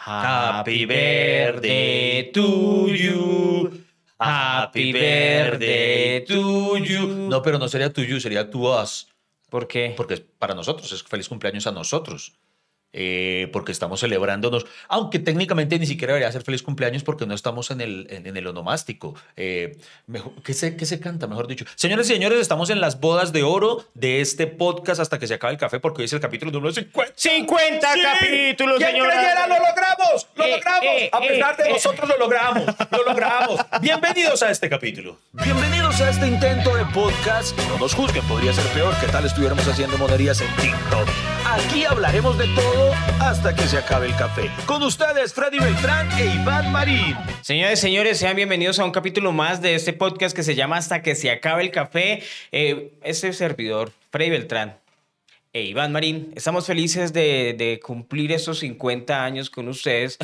Happy birthday to you. Happy birthday to you. No, pero no sería to you, sería to us. ¿Por qué? Porque para nosotros es feliz cumpleaños a nosotros. Porque estamos celebrándonos, aunque técnicamente ni siquiera debería ser feliz cumpleaños porque no estamos en el onomástico. ¿Qué se canta, mejor dicho? Señores y señores, estamos en las bodas de oro de este podcast hasta que se acabe el café, porque hoy es el capítulo número 50. 50 ¡Sí! capítulos, ¿Quién señora. creyera? ¡Lo logramos! ¡Lo logramos! A pesar de nosotros lo logramos. ¡Lo logramos! Bienvenidos a este capítulo. Bienvenidos a este intento de podcast. No nos juzguen, podría ser peor. ¿Qué tal estuviéramos haciendo monerías en TikTok? Aquí hablaremos de todo hasta que se acabe el café. Con ustedes, Freddy Beltrán e Iván Marín. Señores, sean bienvenidos a un capítulo más de este podcast que se llama Hasta que se acabe el café. Este servidor, Freddy Beltrán e Iván Marín, estamos felices de cumplir esos 50 años con ustedes.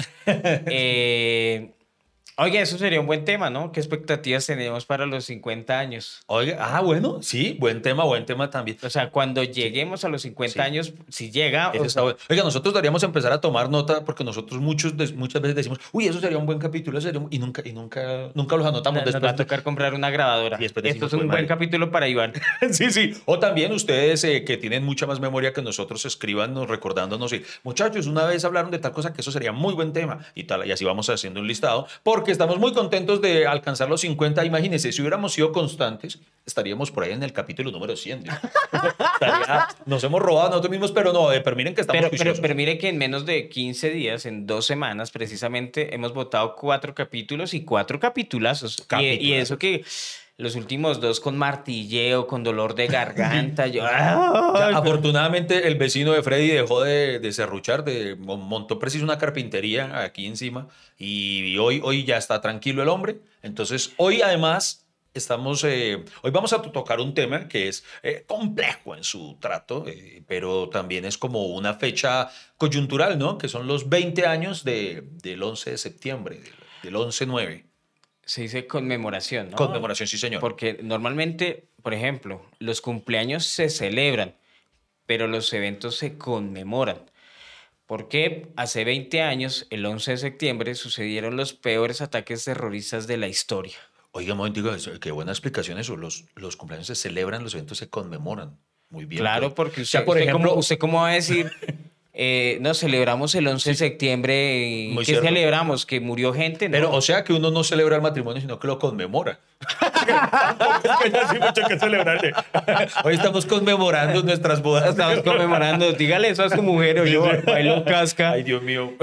Oye, eso sería un buen tema, ¿no? ¿Qué expectativas tenemos para los 50 años? Oiga, bueno, sí, buen tema también. O sea, cuando lleguemos a los 50 años, si llega... Eso está bueno. Oiga, nosotros deberíamos empezar a tomar nota porque nosotros muchas veces decimos, uy, eso sería un buen capítulo, y nunca los anotamos. Nos va a tocar comprar una grabadora. Y después decimos, esto es un buen capítulo para Iván. Sí. O también ustedes que tienen mucha más memoria que nosotros, escríbanos recordándonos, muchachos, una vez hablaron de tal cosa que eso sería muy buen tema y tal, y así vamos haciendo un listado porque estamos muy contentos de alcanzar los 50. Imagínense, si hubiéramos sido constantes, estaríamos por ahí en el capítulo número 100. Nos hemos robado nosotros mismos, pero no, pero miren que estamos juiciosos. Pero mire que en menos de 15 días, en 2 semanas, precisamente, hemos votado 4 capítulos y 4 capitulazos. Y eso que... Los últimos 2 con martilleo, con dolor de garganta. Afortunadamente el vecino de Freddy dejó de serruchar, montó preciso una carpintería aquí encima y hoy ya está tranquilo el hombre. Entonces hoy además hoy vamos a tocar un tema que es complejo en su trato, pero también es como una fecha coyuntural, ¿no? Que son los 20 años del 11 de septiembre, del 11/9. Se dice conmemoración, ¿no? Conmemoración, sí, señor. Porque normalmente, por ejemplo, los cumpleaños se celebran, pero los eventos se conmemoran. Porque hace 20 años, el 11 de septiembre, sucedieron los peores ataques terroristas de la historia. Oiga, un momentico, qué buena explicación eso. Los cumpleaños se celebran, los eventos se conmemoran. Muy bien. Claro, porque usted cómo va a decir... no, celebramos el 11 de septiembre. ¿Qué celebramos? ¿Que murió gente? No. Pero, o sea, que uno no celebra el matrimonio, sino que lo conmemora. Es que ya sí mucho que celebrarle. Hoy estamos conmemorando nuestras bodas. Estamos conmemorando. Dígale eso a su mujer o yo bailo casca. Ay, Dios mío.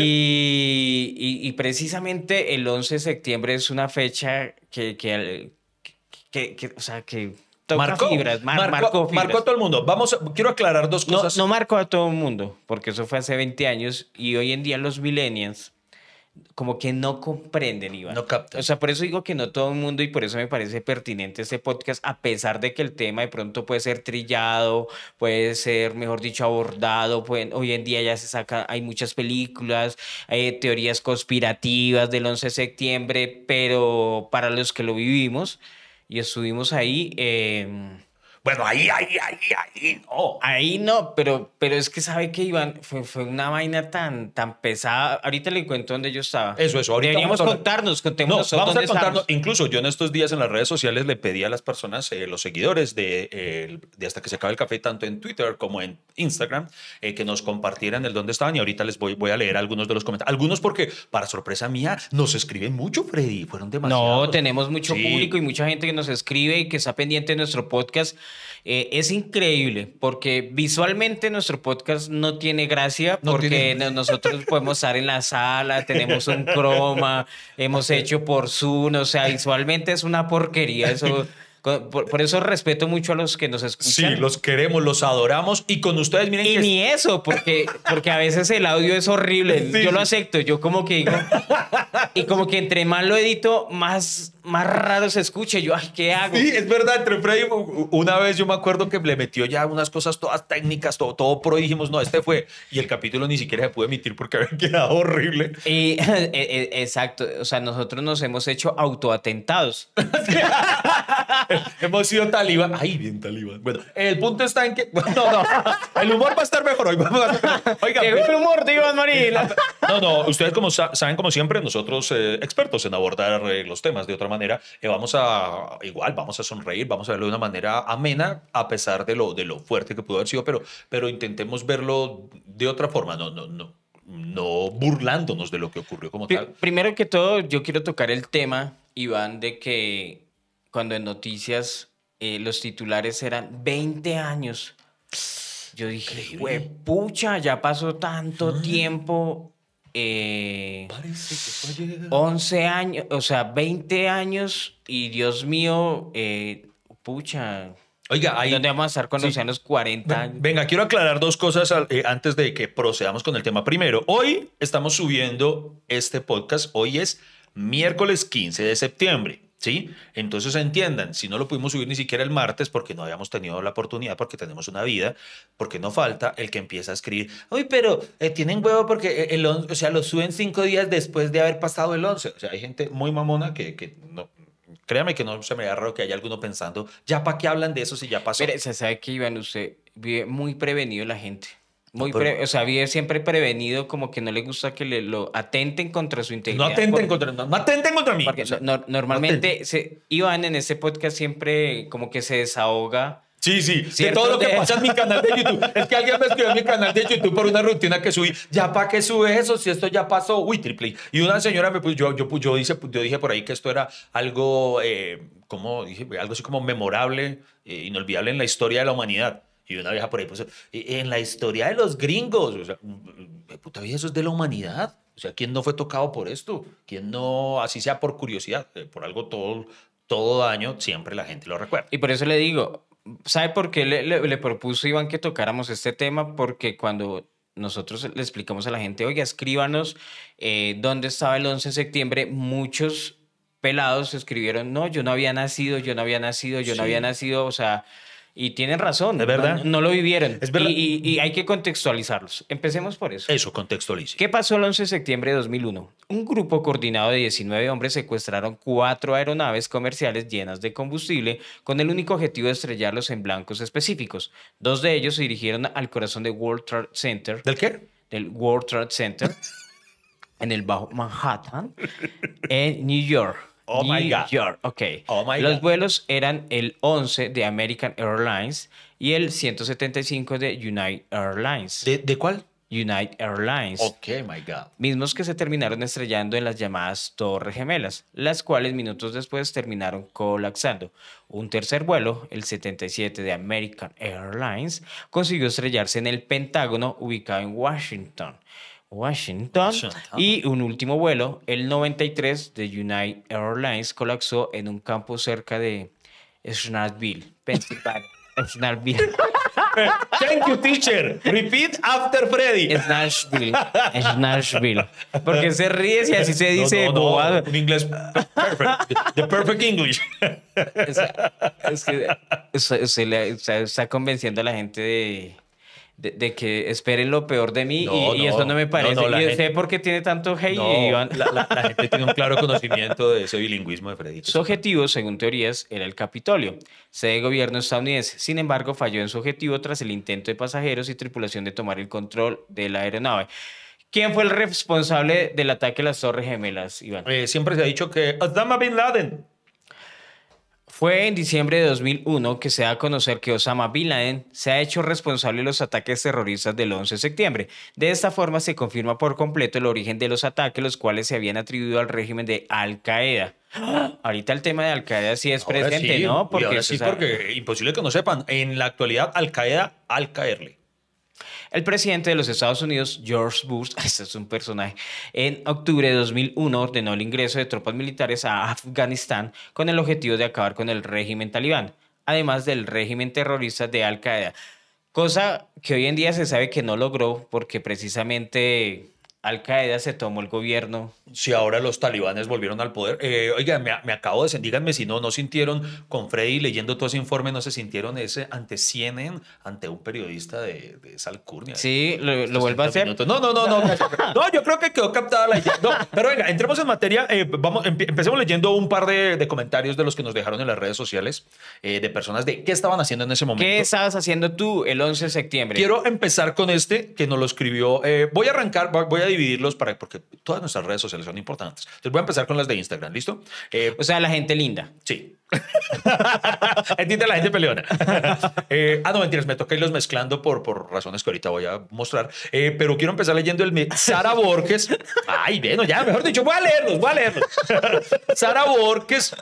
Y precisamente el 11 de septiembre es una fecha que marcó fibras, marcó fibras. Marcó a todo el mundo. Quiero aclarar 2 cosas. No marcó a todo el mundo, porque eso fue hace 20 años y hoy en día los millennials como que no comprenden, Iván. No captan. O sea, por eso digo que no todo el mundo y por eso me parece pertinente este podcast, a pesar de que el tema de pronto puede ser trillado, puede ser, mejor dicho, abordado. Hoy en día ya hay muchas películas, teorías conspirativas del 11 de septiembre, pero para los que lo vivimos y estuvimos ahí... Bueno, ahí no. Ahí no, pero es que sabe que Iván fue una vaina tan pesada. Ahorita le cuento dónde yo estaba. Eso. Ahorita deberíamos contémonos vamos a contarnos. Incluso yo en estos días en las redes sociales le pedí a las personas, los seguidores de Hasta que se acabe el café, tanto en Twitter como en Instagram, que nos compartieran el dónde estaban y ahorita les voy a leer algunos de los comentarios. Algunos porque, para sorpresa mía, nos escriben mucho, Freddy. Fueron demasiados. No, tenemos mucho público y mucha gente que nos escribe y que está pendiente de nuestro podcast. Es increíble porque visualmente nuestro podcast no tiene gracia porque nosotros podemos estar en la sala, tenemos un croma, hemos hecho por Zoom, o sea, visualmente es una porquería. Eso, por eso respeto mucho a los que nos escuchan. Sí, los queremos, los adoramos y con ustedes miren y ni eso, porque a veces el audio es horrible. Sí, yo lo acepto, yo como que digo... Y como que entre más lo edito, más raro se escucha. Yo, ay, ¿qué hago? Sí, es verdad. Entre Freddy, una vez yo me acuerdo que le metió ya unas cosas todas técnicas, todo pro. Y dijimos, no, este fue. Y el capítulo ni siquiera se pudo emitir porque había quedado horrible. Exacto. O sea, nosotros nos hemos hecho autoatentados. Hemos sido talibán. Ay, bien talibán. Bueno, el punto está en que... No. El humor va a estar mejor hoy. Oiga, ¿qué el humor de Iván Marín? David. No, ustedes saben, como siempre, nosotros expertos en abordar los temas de otra manera, vamos a sonreír, vamos a verlo de una manera amena, a pesar de lo fuerte que pudo haber sido, pero intentemos verlo de otra forma, no burlándonos de lo que ocurrió como tal. Primero que todo, yo quiero tocar el tema, Iván, de que cuando en noticias los titulares eran 20 años. Yo dije, pucha, ya pasó tanto tiempo. Parece que fue ayer. 11 años, o sea, 20 años y Dios mío, pucha. Oiga, ahí, ¿dónde vamos a estar cuando sean los 40 años? Venga, quiero aclarar dos cosas antes de que procedamos con el tema. Primero, hoy estamos subiendo este podcast. Hoy es miércoles 15 de septiembre. ¿Sí? Entonces entiendan, si no lo pudimos subir ni siquiera el martes porque no habíamos tenido la oportunidad, porque tenemos una vida, porque no falta el que empieza a escribir, uy, pero tienen huevo porque lo suben 5 días después de haber pasado el 11. O sea, hay gente muy mamona que no, créame que no se me da raro que haya alguno pensando, ¿ya para qué hablan de eso si ya pasó? Mire, se sabe que Iván, usted vive muy prevenido la gente. O sea, vive siempre prevenido, como que no le gusta que lo atenten contra su integridad. No atenten contra mí. Porque normalmente Iván en este podcast siempre como que se desahoga. Sí, de todo lo que pasa en mi canal de YouTube. Es que alguien me escribió en mi canal de YouTube por una rutina que subí. ¿Ya para qué sube eso? Si esto ya pasó. Uy, triple. Y una señora me puso, yo dije por ahí que esto era algo, como dije, algo así como memorable, inolvidable en la historia de la humanidad. Y una vieja por ahí, pues, en la historia de los gringos. O sea, puta vida, eso es de la humanidad. O sea, ¿quién no fue tocado por esto? ¿Quién no, así sea por curiosidad? Por algo todo año siempre la gente lo recuerda. Y por eso le digo, ¿sabe por qué le propuso Iván que tocáramos este tema? Porque cuando nosotros le explicamos a la gente, oiga, escríbanos dónde estaba el 11 de septiembre, muchos pelados escribieron, no, yo no había nacido, o sea... Y tienen razón. ¿Es verdad? No lo vivieron. Es verdad. Y hay que contextualizarlos. Empecemos por eso. Eso, contextualice. ¿Qué pasó el 11 de septiembre de 2001? Un grupo coordinado de 19 hombres secuestraron 4 aeronaves comerciales llenas de combustible con el único objetivo de estrellarlos en blancos específicos. 2 de ellos se dirigieron al corazón del World Trade Center. ¿Del qué? Del World Trade Center en el Bajo Manhattan, en New York. Oh my God. York. Ok. Oh my Los God. vuelos eran el 11 de American Airlines y el 175 de United Airlines. ¿De cuál? United Airlines. Ok, my God. Mismos que se terminaron estrellando en las llamadas Torres Gemelas, las cuales minutos después terminaron colapsando. Un tercer vuelo, el 77 de American Airlines, consiguió estrellarse en el Pentágono ubicado en Washington. Y un último vuelo, el 93 de United Airlines, colapsó en un campo cerca de Schnellville, Pensilvania. Schnellville. Thank you, teacher. Repeat after Freddy. Schnellville. Porque se ríe si así se dice. No, un inglés perfect. The perfect English. Es que usted está convenciendo a la gente de que esperen lo peor de mí y eso no me parece. ¿Y usted por qué tiene tanto hate, Iván? La gente tiene un claro conocimiento de ese bilingüismo de Freddy. Su objetivo, según teorías, era el Capitolio, sede de gobierno estadounidense. Sin embargo, falló en su objetivo tras el intento de pasajeros y tripulación de tomar el control de la aeronave. ¿Quién fue el responsable del ataque a las Torres Gemelas, Iván? Siempre se ha dicho que Osama Bin Laden. Fue en diciembre de 2001 que se da a conocer que Osama Bin Laden se ha hecho responsable de los ataques terroristas del 11 de septiembre. De esta forma se confirma por completo el origen de los ataques, los cuales se habían atribuido al régimen de Al-Qaeda. Ahorita el tema de Al-Qaeda sí es presente, sí, ¿no? Porque imposible que no sepan. En la actualidad, Al-Qaeda, al caerle. El presidente de los Estados Unidos, George Bush, este es un personaje, en octubre de 2001 ordenó el ingreso de tropas militares a Afganistán con el objetivo de acabar con el régimen talibán, además del régimen terrorista de Al-Qaeda. Cosa que hoy en día se sabe que no logró porque precisamente Al-Qaeda se tomó el gobierno. Si ahora los talibanes volvieron al poder. Oiga, me acabo de... Díganme si no sintieron con Freddy leyendo todo ese informe, no se sintieron ante CNN, ante un periodista de esa alcurnia. Sí, lo vuelvo a hacer. Minutos. No. No, yo creo que quedó captada la idea. No, pero venga, entremos en materia. Empecemos leyendo un par de comentarios de los que nos dejaron en las redes sociales, de personas de qué estaban haciendo en ese momento. ¿Qué estabas haciendo tú el 11 de septiembre? Quiero empezar con este que nos lo escribió. Voy a arrancar, voy a dividirlos porque todas nuestras redes sociales son importantes. Entonces voy a empezar con las de Instagram, ¿listo? O sea, la gente linda. Sí. Entiende la gente peleona. No, mentiras, me toca irlos mezclando por razones que ahorita voy a mostrar. Pero quiero empezar leyendo Sara Borges. Ay, bueno, ya, mejor dicho, voy a leerlos. Sara Borges,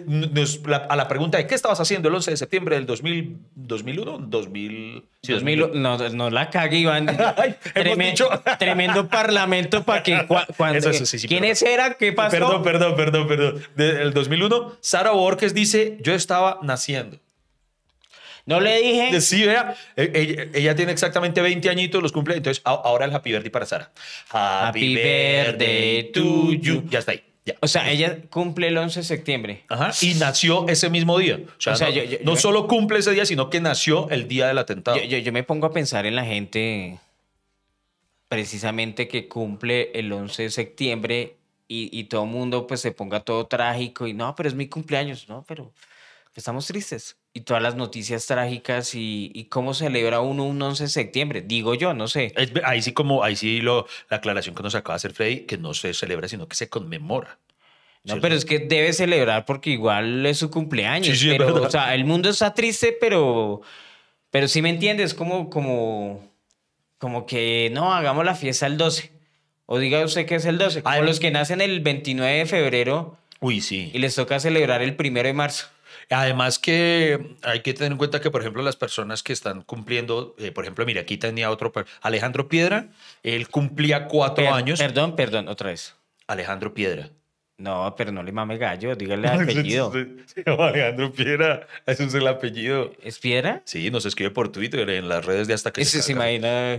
a la pregunta de qué estabas haciendo el 11 de septiembre del 2001, 2000. Sí, 2000. No la cague, Iván. Ay, tremendo parlamento para que... Sí, ¿Quiénes eran? ¿Qué pasó? Perdón. Del 2001, Sara Borges dice, yo estaba naciendo. No le dije. Sí, vea, ella tiene exactamente 20 añitos, los cumple. Entonces, ahora el Happy Birthday para Sara. Happy birthday to you. Ya está ahí. Ya. O sea, ella cumple el 11 de septiembre. Ajá. Y nació ese mismo día. O sea, no solo cumple ese día, sino que nació el día del atentado. Yo me pongo a pensar en la gente precisamente que cumple el 11 de septiembre y todo el mundo pues se ponga todo trágico y no, pero es mi cumpleaños. No, pero estamos tristes. Y todas las noticias trágicas y cómo celebra uno un 11 de septiembre. Digo yo, no sé. Ahí sí la aclaración que nos acaba de hacer Freddy, que no se celebra, sino que se conmemora. No, pero es que debe celebrar porque igual es su cumpleaños. Sí, pero, o sea, el mundo está triste, pero sí me entiendes, como que no, hagamos la fiesta el 12. O diga usted que es el 12. Como los que nacen el 29 de febrero. Uy, sí. Y les toca celebrar el 1 de marzo. Además que hay que tener en cuenta que, por ejemplo, las personas que están cumpliendo, por ejemplo, mira, aquí tenía otro, Alejandro Piedra, él cumplía 4 años. Perdón, otra vez. Alejandro Piedra. No, pero no le mame gallo, dígale el apellido. Alejandro Piedra, ese es el apellido. ¿Es Piedra? Sí, nos escribe por Twitter, en las redes de Hasta que se imagina...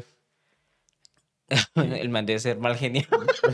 El man debe ser mal genial.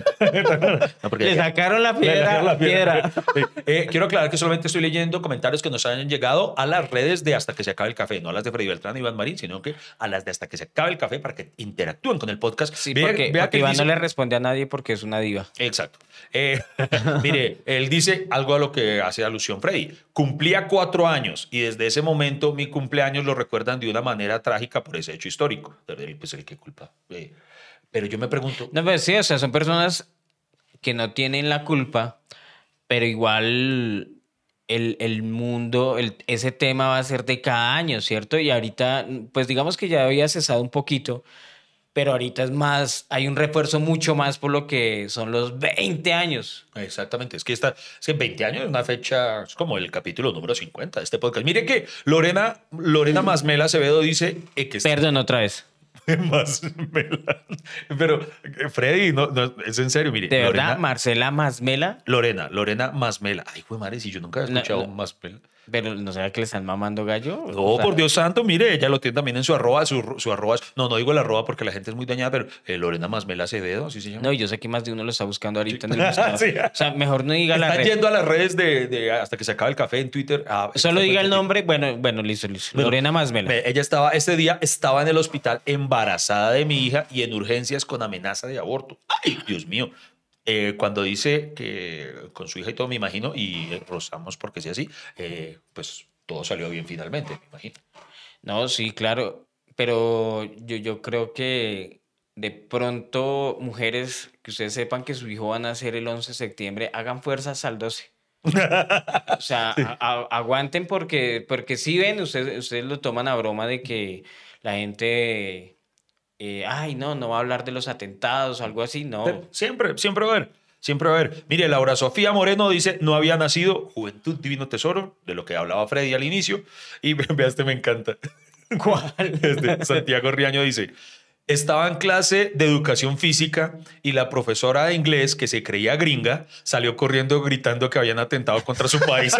No, le sacaron la piedra. Quiero aclarar que solamente estoy leyendo comentarios que nos hayan llegado a las redes de Hasta que se acabe el café, no a las de Freddy Beltrán y Iván Marín, sino que a las de Hasta que se acabe el café para que interactúen con el podcast. Sí, porque Iván no le responde a nadie porque es una diva. Exacto. Mire, él dice algo a lo que hace alusión Freddy. Cumplía 4 años y desde ese momento mi cumpleaños lo recuerdan de una manera trágica por ese hecho histórico. Pues el que culpa. Pero yo me pregunto... No, pues sí, o sea, son personas que no tienen la culpa, pero igual el mundo, ese tema va a ser de cada año, ¿cierto? Y ahorita, pues digamos que ya había cesado un poquito, pero ahorita es más, hay un refuerzo mucho más por lo que son los 20 años. Exactamente, es que 20 años es una fecha, es como el capítulo número 50 de este podcast. Mire que Lorena Masmela Acevedo dice... Perdón, otra vez. Masmela. Pero, Freddy, no, es en serio, mire. ¿De verdad? ¿Marcela Masmela? Lorena Masmela. Ay, güey, madre, si yo nunca había escuchado Masmela. Pero ¿no será que le están mamando gallo? No, o sea, por Dios santo, mire, ella lo tiene también en su arroba, su arroba. No digo el arroba porque la gente es muy dañada, pero Lorena Masmela Acevedo, ¿sí se llama? No, yo sé que más de uno lo está buscando ahorita en el buscador. Sí. O sea, mejor no diga la red. Está yendo a las redes de Hasta que se acabe el café en Twitter. Solo diga el nombre. Bueno, listo. Lorena Masmela. Ella ese día estaba en el hospital embarazada de mi hija y en urgencias con amenaza de aborto. Ay, Dios mío. Cuando dice que con su hija y todo, me imagino, y rozamos porque sea así, pues todo salió bien finalmente, me imagino. No, sí, claro, pero yo creo que de pronto mujeres que ustedes sepan que su hijo va a nacer el 11 de septiembre, hagan fuerzas al 12. O sea, sí. Aguanten porque si ven, ustedes lo toman a broma de que la gente... no va a hablar de los atentados o algo así, no. Pero siempre va a haber. Siempre va a haber. Mire, Laura Sofía Moreno dice, no había nacido Juventud Divino Tesoro, de lo que hablaba Freddy al inicio. Y vea, me encanta. ¿Cuál? Santiago Riaño dice, estaba en clase de educación física y la profesora de inglés, que se creía gringa, salió corriendo gritando que habían atentado contra su país.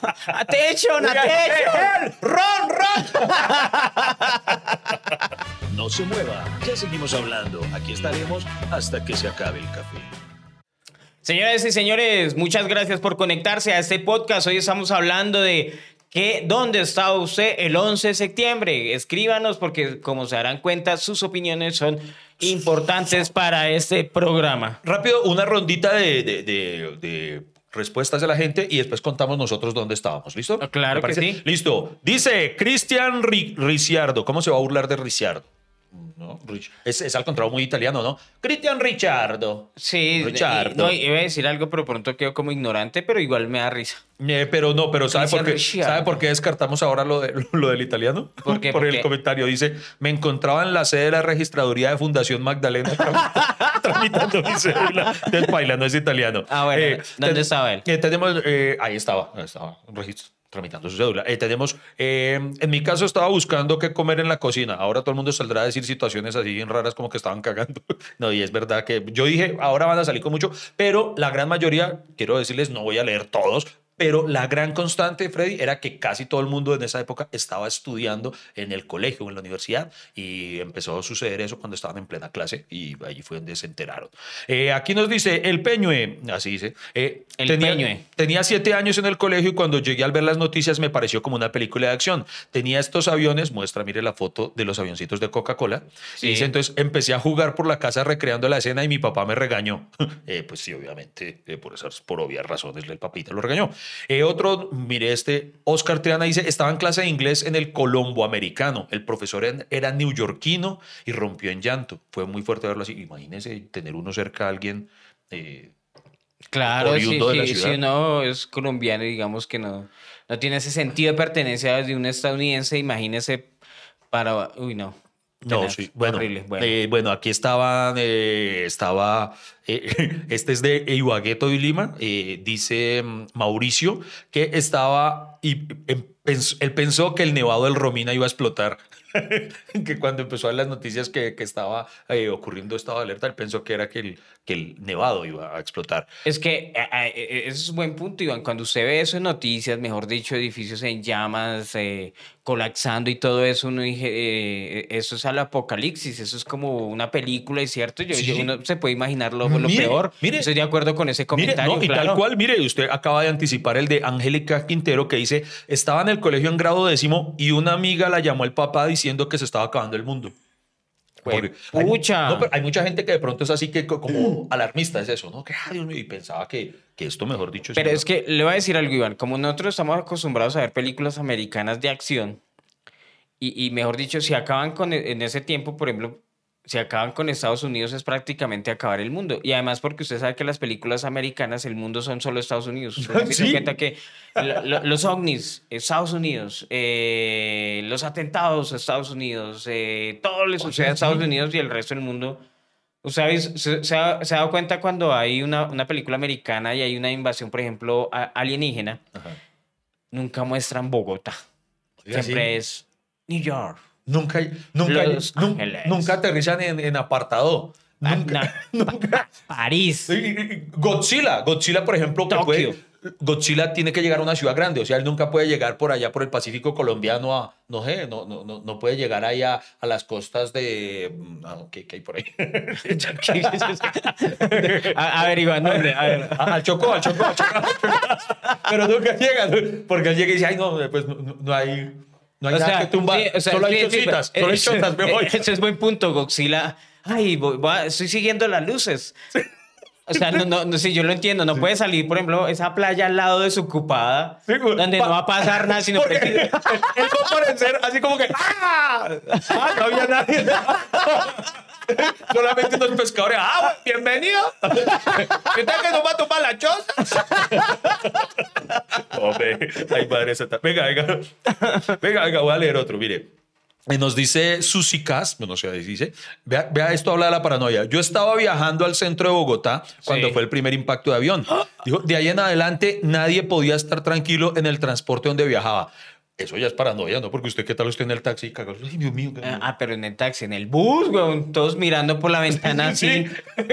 ¡Attention! ¡Ron! No se mueva, ya seguimos hablando. Aquí estaremos hasta que se acabe el café. Señoras y señores, muchas gracias por conectarse a este podcast. Hoy estamos hablando de ¿dónde estaba usted el 11 de septiembre? Escríbanos porque, como se darán cuenta, sus opiniones son importantes para este programa. Rápido, una rondita de respuestas de la gente y después contamos nosotros dónde estábamos. ¿Listo? Claro que sí. Listo. Dice Cristian Ricciardo. ¿Cómo se va a burlar de Ricciardo? ¿No? Es al contrario muy italiano, ¿no? Cristian Ricciardo. Sí, Ricciardo. No, iba a decir algo, pero pronto quedo como ignorante, pero igual me da risa. Pero ¿sabe por qué descartamos ahora lo del italiano? ¿Por qué? Por el comentario. Dice, me encontraba en la sede de la registraduría de Fundación Magdalena tramitando mi cédula. Entonces, baila, no es italiano. Ah, bueno. ¿Dónde estaba él? Ahí estaba registro. Tramitando su cédula. En mi caso estaba buscando qué comer en la cocina. Ahora todo el mundo saldrá a decir situaciones así bien raras como que estaban cagando. No, y es verdad que yo dije, ahora van a salir con mucho, pero la gran mayoría, quiero decirles, no voy a leer todos, pero la gran constante, Freddy, era que casi todo el mundo en esa época estaba estudiando en el colegio o en la universidad y empezó a suceder eso cuando estaban en plena clase y allí fue donde se enteraron. Aquí nos dice, el Peñue, así dice, tenía 7 años en el colegio y cuando llegué al ver las noticias me pareció como una película de acción. Tenía estos aviones, mire la foto de los avioncitos de Coca-Cola. Sí. Y dice, entonces empecé a jugar por la casa recreando la escena y mi papá me regañó. Pues sí, obviamente, por obvias razones el papita lo regañó. Mire Oscar Triana dice, estaba en clase de inglés en el Colombo Americano. El profesor era neoyorquino y rompió en llanto. Fue muy fuerte verlo así. Imagínese tener uno cerca a alguien claro, si uno es colombiano, digamos que no tiene ese sentido de pertenencia de un estadounidense, imagínese uy, no. No, sí. Bueno, aquí estaba, este es de Ibagué, Tolima, dice Mauricio que estaba, él pensó que el nevado del Romina iba a explotar, que cuando empezó a ver las noticias que estaba ocurriendo estado de alerta, él pensó que era que el nevado iba a explotar. Es que ese es un buen punto, Iván. Cuando usted ve eso en noticias, mejor dicho, edificios en llamas, colapsando y todo eso, uno dice, eso es al apocalipsis, eso es como una película, ¿es cierto? Uno se puede imaginar lo peor. Estoy de acuerdo con ese comentario. Y tal cual, usted acaba de anticipar el de Angélica Quintero que dice, estaba en el colegio en grado 10º y una amiga la llamó al papá diciendo que se estaba acabando el mundo. Hay mucha gente que de pronto es así que como alarmista, es eso, ¿no? Que, Dios mío, y pensaba que esto, mejor dicho... Pero es que le voy a decir algo, Iván. Como nosotros estamos acostumbrados a ver películas americanas de acción y mejor dicho, si acaban en ese tiempo, por ejemplo, si acaban con Estados Unidos es prácticamente acabar el mundo. Y además porque usted sabe que las películas americanas, el mundo son solo Estados Unidos. Usted se cuenta que los ovnis, Estados Unidos, los atentados, Estados Unidos, todo le sucede a Estados Unidos y el resto del mundo. ¿Usted se ha dado cuenta cuando hay una película americana y hay una invasión, por ejemplo, alienígena? Ajá. Nunca muestran Bogotá. Siempre es New York. Nunca aterrizan en apartado. Nunca. París. Godzilla, por ejemplo, Godzilla tiene que llegar a una ciudad grande, o sea, él nunca puede llegar por allá por el Pacífico colombiano no puede llegar allá a las costas de... ¿Qué hay por ahí? a ver, Iván, ¿dónde? A ver. Al Chocó. Pero nunca llega, porque él llega y dice, ay, no, pues no hay... No hay nada que tumbar, solo hay chocitas, me voy. Ese es buen punto, Godzilla. Ay, estoy siguiendo las luces. O sea, sí, yo lo entiendo. No puede salir, por ejemplo, esa playa al lado desocupada, donde no va a pasar nada, sino que... Él va a aparecer así como que... no había nadie. Solamente unos pescadores. Bienvenido. ¿Qué tal que nos va a tomar la choza? Hombre, ay, madre santa. Venga, voy a leer otro, mire. Nos dice Susi Cas, no sé, dice, vea esto, habla de la paranoia. Yo estaba viajando al centro de Bogotá cuando fue el primer impacto de avión. Dijo, de ahí en adelante nadie podía estar tranquilo en el transporte donde viajaba. Eso ya es paranoia, ¿no? Porque usted, ¿qué tal usted en el taxi? Cagado. Ay, Dios mío. Pero en el taxi, en el bus, weón, todos mirando por la ventana así.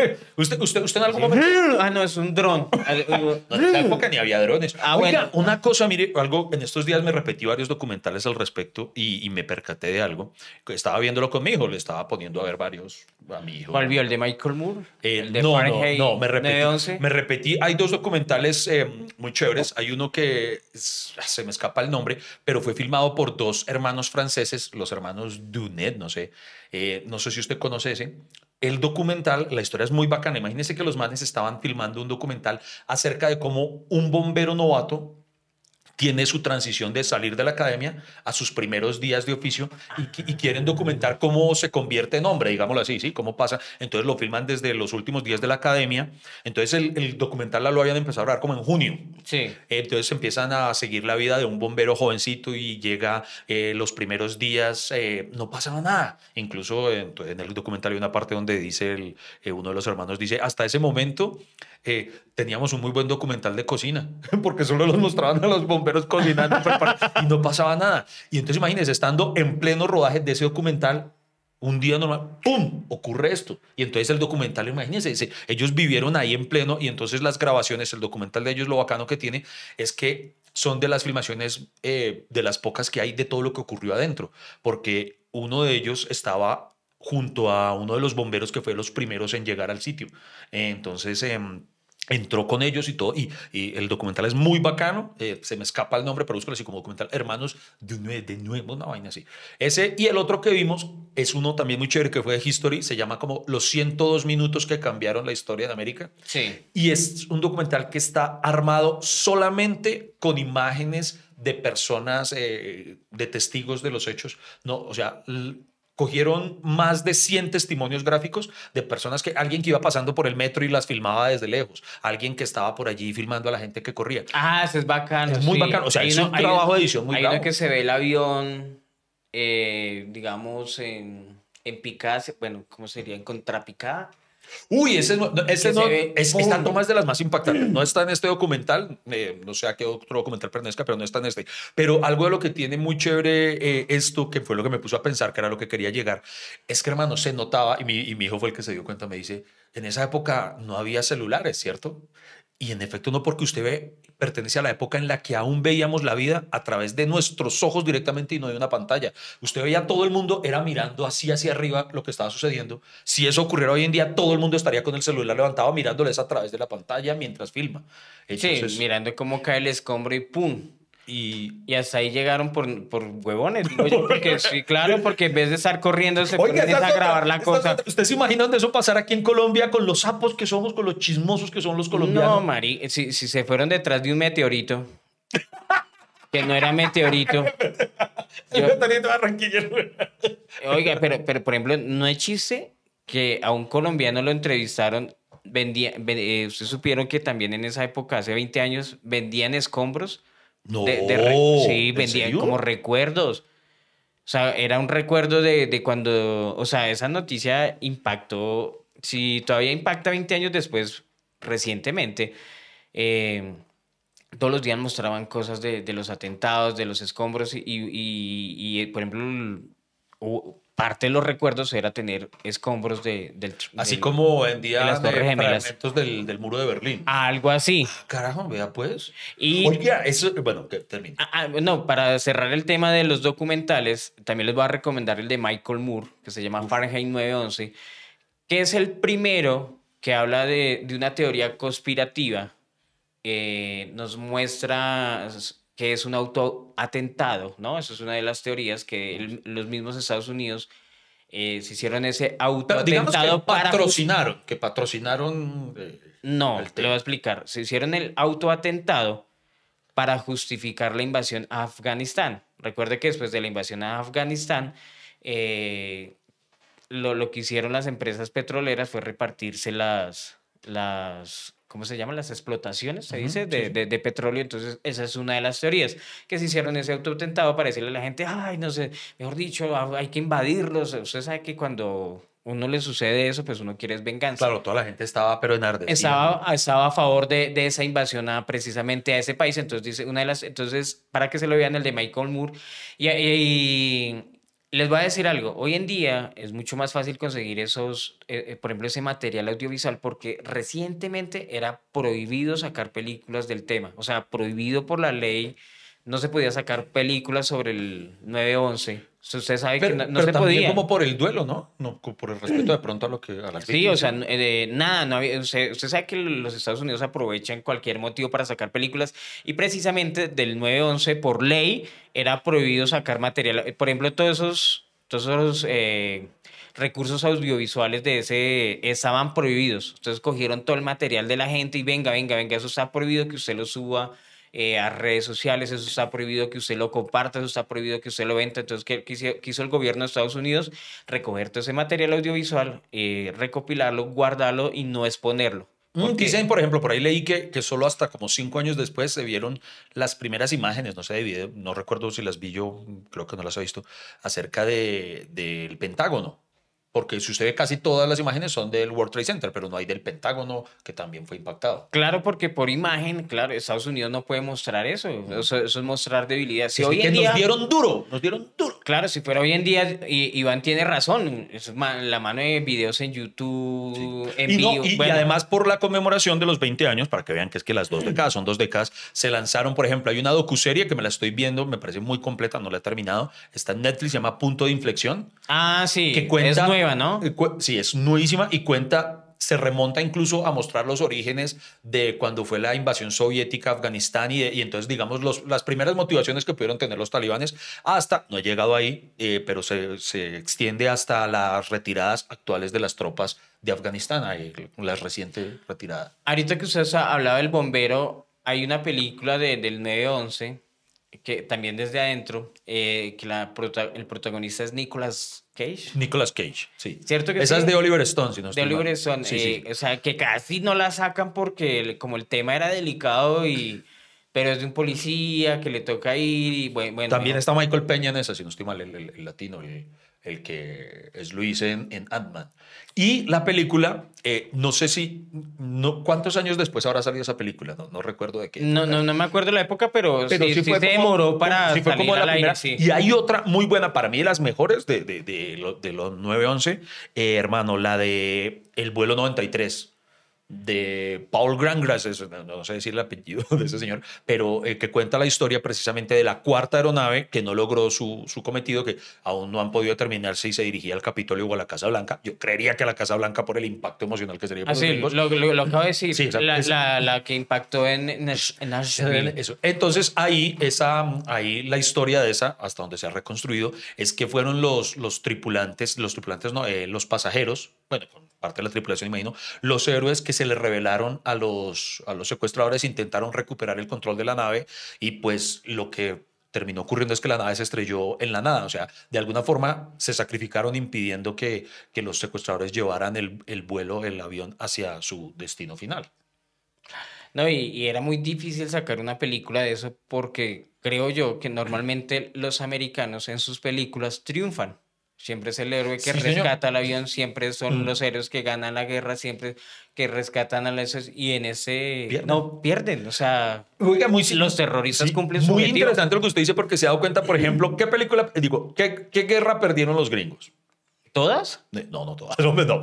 ¿Usted en algún momento? No, es un dron. No, en esa época ni había drones. Oiga, bueno. Una cosa, mire, algo, en estos días me repetí varios documentales al respecto y me percaté de algo. Estaba viéndolo con mi hijo, le estaba poniendo a ver varios a mi hijo. ¿Cuál vio? ¿El de Michael Moore? ¿El de no, Fahrenheit no, me 9/11? repetí. Hay dos documentales muy chéveres. Hay uno que se me escapa el nombre, pero fue filmado por dos hermanos franceses, los hermanos Dunet, no sé. No sé si usted conoce ese. El documental, la historia es muy bacana. Imagínense que los manes estaban filmando un documental acerca de cómo un bombero novato tiene su transición de salir de la academia a sus primeros días de oficio y quieren documentar cómo se convierte en hombre, digámoslo así, ¿sí? Cómo pasa. Entonces lo filman desde los últimos días de la academia. Entonces el documental lo habían empezado a grabar como en junio. Sí. Entonces empiezan a seguir la vida de un bombero jovencito y llega los primeros días, no pasaba nada. Incluso en el documental hay una parte donde dice uno de los hermanos, dice, hasta ese momento teníamos un muy buen documental de cocina, porque solo los mostraban a los bomberos cocinando y no pasaba nada. Y entonces imagínense, estando en pleno rodaje de ese documental, un día normal, ¡pum!, ocurre esto. Y entonces el documental, imagínense, ellos vivieron ahí en pleno y entonces las grabaciones, el documental de ellos, lo bacano que tiene es que son de las filmaciones de las pocas que hay de todo lo que ocurrió adentro, porque uno de ellos estaba junto a uno de los bomberos que fue los primeros en llegar al sitio. Entonces entró con ellos y todo, y el documental es muy bacano, se me escapa el nombre, pero búscalo así como documental, Hermanos de Nuevo, una vaina así. Ese y el otro que vimos es uno también muy chévere que fue de History, se llama como Los 102 minutos que cambiaron la historia de América. Sí. Y es un documental que está armado solamente con imágenes de personas, de testigos de los hechos, no, o sea, cogieron más de 100 testimonios gráficos de personas alguien que iba pasando por el metro y las filmaba desde lejos, alguien que estaba por allí filmando a la gente que corría. Eso es bacano. Es muy bacano, o sea, es un trabajo de edición muy bravo. Hay uno que se ve el avión, digamos, en picada, bueno, ¿cómo sería? En contrapicada. Uy, esta toma es de las más impactantes. No está en este documental, no sé a qué otro documental pertenezca, pero no está en este. Pero algo de lo que tiene muy chévere esto, que fue lo que me puso a pensar, que era lo que quería llegar, es que, hermano, se notaba, y mi hijo fue el que se dio cuenta, me dice, en esa época no había celulares, ¿cierto? Y en efecto, no, porque usted pertenece a la época en la que aún veíamos la vida a través de nuestros ojos directamente y no de una pantalla. Usted veía a todo el mundo, era mirando así hacia arriba lo que estaba sucediendo. Si eso ocurriera hoy en día, todo el mundo estaría con el celular levantado mirándoles a través de la pantalla mientras filma. Entonces, sí, mirando cómo cae el escombro y ¡pum! Y hasta ahí llegaron por huevones, digo yo, porque sí, claro, porque en vez de estar corriendo se ponen a grabar la cosa. ¿Usted se imagina dónde eso pasara aquí en Colombia con los sapos que somos, con los chismosos que son los colombianos? No, Mari, si se fueron detrás de un meteorito, que no era meteorito. Oiga, pero por ejemplo, no es chiste que a un colombiano lo entrevistaron, ustedes supieron que también en esa época, hace 20 años, vendían escombros. No, sí, vendían como recuerdos. O sea, era un recuerdo de cuando, o sea, esa noticia impactó, si todavía impacta 20 años después, recientemente, todos los días mostraban cosas de los atentados, de los escombros y por ejemplo, parte de los recuerdos era tener escombros así como vendían fragmentos del muro de Berlín. Algo así. Carajo, vea pues. Oiga, eso, bueno, que termine. No, para cerrar el tema de los documentales, también les voy a recomendar el de Michael Moore, que se llama Fahrenheit 9/11, que es el primero que habla de una teoría conspirativa. Nos muestra que es un autoatentado, ¿no? Eso es una de las teorías que los mismos Estados Unidos se hicieron ese autoatentado para que patrocinaron. No, te lo voy a explicar. Se hicieron el autoatentado para justificar la invasión a Afganistán. Recuerde que después de la invasión a Afganistán, lo que hicieron las empresas petroleras fue repartirse las ¿cómo se llaman? Las explotaciones, se dice, de petróleo. Entonces, esa es una de las teorías, que se hicieron ese autoatentado para decirle a la gente, ay, no sé, mejor dicho, hay que invadirlos. Usted sabe que cuando uno le sucede eso, pues uno quiere es venganza. Claro, toda la gente estaba pero enardecida. Estaba a favor de esa invasión precisamente a ese país. Entonces, dice entonces, para que se lo vean, el de Michael Moore. Y les voy a decir algo. Hoy en día es mucho más fácil conseguir por ejemplo, ese material audiovisual, porque recientemente era prohibido sacar películas del tema. O sea, prohibido por la ley. No se podía sacar películas sobre el 9/11. Usted sabe que no se también podía. Como por el duelo, ¿no? No, por el respeto de pronto a las víctimas. Sí, o sea, nada, no había, usted sabe que los Estados Unidos aprovechan cualquier motivo para sacar películas, y precisamente del 9/11 por ley era prohibido sacar material. Por ejemplo, todos esos recursos audiovisuales de ese estaban prohibidos. Entonces cogieron todo el material de la gente y venga, eso está prohibido que usted lo suba a redes sociales, eso está prohibido que usted lo comparta, eso está prohibido que usted lo venda. Entonces, ¿qué hizo el gobierno de Estados Unidos? Recoger todo ese material audiovisual, recopilarlo, guardarlo y no exponerlo. Dicen, por ejemplo, por ahí leí que solo hasta como 5 años después se vieron las primeras imágenes, no sé, de video, no recuerdo si las vi yo, creo que no las he visto, acerca del Pentágono. Porque si usted ve, casi todas las imágenes son del World Trade Center, pero no hay del Pentágono, que también fue impactado. Claro, porque por imagen, claro, Estados Unidos no puede mostrar eso. Eso es mostrar debilidad. Si hoy en día, nos dieron duro. Claro, si fuera hoy en día, Iván tiene razón. Es la mano de videos en YouTube, en vivo. Y además, por la conmemoración de los 20 años, para que vean que es que las 2 décadas son 2 décadas, se lanzaron, por ejemplo, hay una docuserie que me la estoy viendo, me parece muy completa, no la he terminado. Está en Netflix, se llama Punto de Inflexión. Ah, sí. Que cuenta, es nueva, ¿no? Sí, es nuevísima y se remonta incluso a mostrar los orígenes de cuando fue la invasión soviética a Afganistán y entonces, digamos, las primeras motivaciones que pudieron tener los talibanes hasta, no he llegado ahí, pero se extiende hasta las retiradas actuales de las tropas de Afganistán, la reciente retirada. Ahorita que usted hablaba del bombero, hay una película del 9/11 que también desde adentro, que el protagonista es Nicolas Cage. Nicolas Cage, sí. ¿Cierto que Esa sí? es de Oliver Stone, si no estoy De Oliver mal. Stone. Sí. O sea, que casi no la sacan porque como el tema era delicado, pero es de un policía que le toca ir y bueno. También está Michael Peña en esa, si no estoy mal, el latino, el que es Luis en Ant-Man. Y la película, no sé ¿cuántos años después habrá salido esa película? No recuerdo de qué. No me acuerdo la época, pero sí se demoró para sí, fue salir como al la aire, primera. sí. Y hay otra muy buena, para mí de las mejores de los 9/11, hermano, la de El vuelo 93. De Paul Grandgrass, no sé decir el apellido de ese señor, pero que cuenta la historia precisamente de la cuarta aeronave que no logró su cometido, que aún no han podido determinar si se dirigía al Capitolio o a la Casa Blanca. Yo creería que a la Casa Blanca por el impacto emocional que sería para los gringos. Lo acabo de decir. Sí, la que impactó en Nashville. Eso. Entonces ahí la historia de esa, hasta donde se ha reconstruido, es que fueron los tripulantes no, los pasajeros, bueno, con parte de la tripulación, imagino, los héroes que se le rebelaron a los secuestradores, intentaron recuperar el control de la nave y pues lo que terminó ocurriendo es que la nave se estrelló en la nada. O sea, de alguna forma se sacrificaron impidiendo que los secuestradores llevaran el vuelo, el avión, hacia su destino final. No, y era muy difícil sacar una película de eso porque creo yo que normalmente los americanos en sus películas triunfan. Siempre es el héroe que rescata el avión, siempre son los héroes que ganan la guerra, siempre que rescatan a esos, y en ese pierden. O sea, oiga, los terroristas cumplen su objetivo. Muy interesante lo que usted dice, porque se ha dado cuenta, por ejemplo, ¿qué guerra perdieron los gringos? ¿Todas? No todas.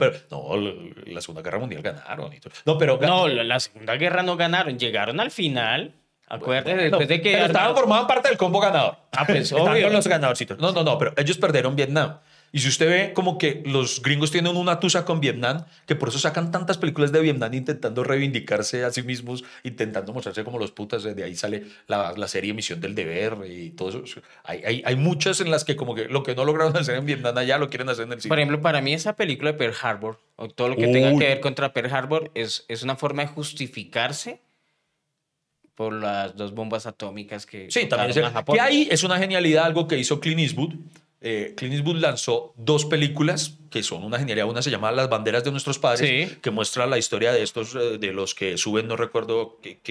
La Segunda Guerra Mundial ganaron. La Segunda Guerra no ganaron, llegaron al final. Acuérdate, después de que... Pero formaban parte del combo ganador. Pues obvio. Con los ganadorcitos. No, pero ellos perdieron Vietnam. Y si usted ve como que los gringos tienen una tusa con Vietnam, que por eso sacan tantas películas de Vietnam intentando reivindicarse a sí mismos, intentando mostrarse como los putas. De ahí sale la serie Misión del Deber y todo eso. Hay muchas en las que como que lo que no lograron hacer en Vietnam allá lo quieren hacer en el cine. Por ejemplo, para mí esa película de Pearl Harbor, o todo lo que tenga que ver contra Pearl Harbor, es una forma de justificarse por las 2 bombas atómicas que también a Japón. Que ahí es una genialidad, algo que hizo Clint Eastwood. Clint Eastwood lanzó 2 películas que son una genialidad. Una se llama Las banderas de nuestros padres, que muestra la historia de estos, de los que suben, no recuerdo qué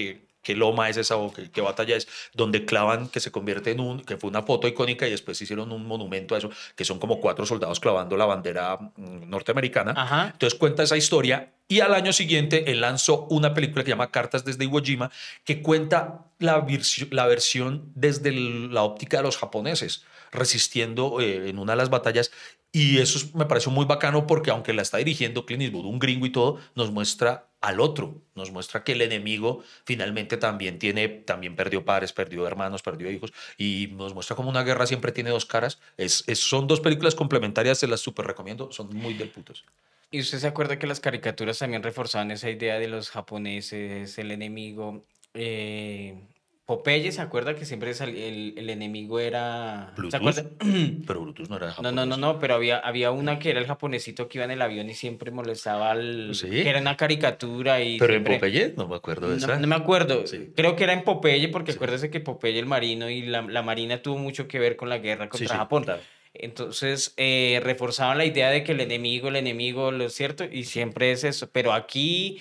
qué loma es esa o qué batalla es, donde clavan, que se convierte que fue una foto icónica y después hicieron un monumento a eso, que son como 4 soldados clavando la bandera norteamericana. Ajá. Entonces cuenta esa historia y al año siguiente él lanzó una película que se llama Cartas desde Iwo Jima, que cuenta la versión desde la óptica de los japoneses, resistiendo en una de las batallas. Y eso me pareció muy bacano porque aunque la está dirigiendo Clint Eastwood, un gringo y todo, nos muestra al otro, nos muestra que el enemigo finalmente también perdió padres, perdió hermanos, perdió hijos y nos muestra como una guerra siempre tiene 2 caras. Son 2 películas complementarias, se las súper recomiendo, son muy del putos. ¿Y usted se acuerda que las caricaturas también reforzaban esa idea de los japoneses, el enemigo? Popeye, ¿se acuerda que siempre el enemigo era... ¿Se Bluetooth, acuerda? pero Bluetooth no era No, japonés. pero había una que era el japonesito que iba en el avión y siempre molestaba Sí, que era una caricatura y pero en siempre... Popeye no me acuerdo de esa. No me acuerdo, Sí, creo que era en Popeye porque sí, acuérdese que Popeye el marino y la marina tuvo mucho que ver con la guerra sí, contra sí, Japón. claro. Entonces reforzaban la idea de que el enemigo, lo cierto, y siempre es eso. Pero aquí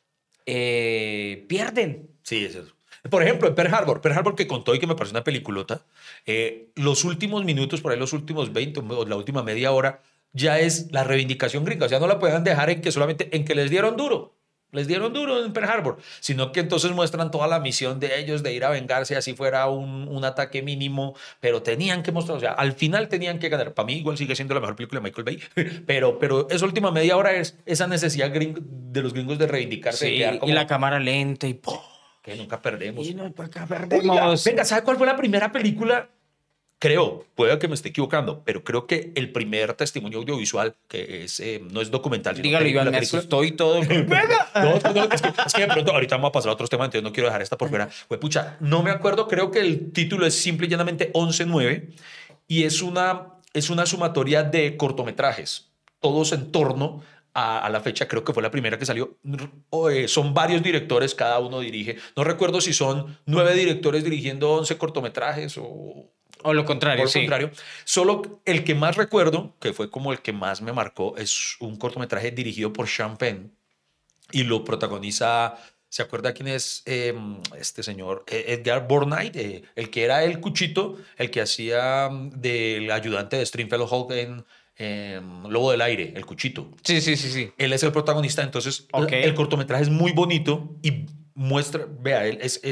pierden. Sí, es eso. Por ejemplo, en Pearl Harbor que contó y que me pareció una peliculota, los últimos minutos, por ahí los últimos 20 o la última media hora, ya es la reivindicación gringa. O sea, no la pueden dejar en que solamente en que les dieron duro en Pearl Harbor, sino que entonces muestran toda la misión de ellos de ir a vengarse, así fuera un ataque mínimo, pero tenían que mostrar, o sea, al final tenían que ganar. Para mí igual sigue siendo la mejor película de Michael Bay, pero esa última media hora es esa necesidad de los gringos de reivindicarse, de Sí, quedar y como... la cámara lenta y ¡pum! Que nunca perdemos. Y nunca Oiga, perdemos. venga, ¿sabe cuál fue la primera película? Creo, puede que me esté equivocando, pero creo que el primer testimonio audiovisual, que es, no es documental, sino Dígalo, Iván, me película. asustó y todo. No, es que de pronto ahorita vamos a pasar a otros temas, entonces no quiero dejar esta por fuera. Pues pucha, no me acuerdo, creo que el título es simple y llanamente 11-9 y es una sumatoria de cortometrajes, todos en torno a la fecha, creo que fue la primera que salió. Son varios directores, cada uno dirige. No recuerdo si son 9 directores dirigiendo 11 cortometrajes O lo contrario, o lo sí. contrario. Solo el que más recuerdo, que fue como el que más me marcó, es un cortometraje dirigido por Sean Penn y lo protagoniza. ¿Se acuerda quién es este señor? Edgar Borknight, el que era el Cuchito, el que hacía del ayudante de Stringfellow Hulk en Lobo del Aire, el Cuchito. Sí. Él es el protagonista, entonces Ok. el cortometraje es muy bonito y muestra, vea,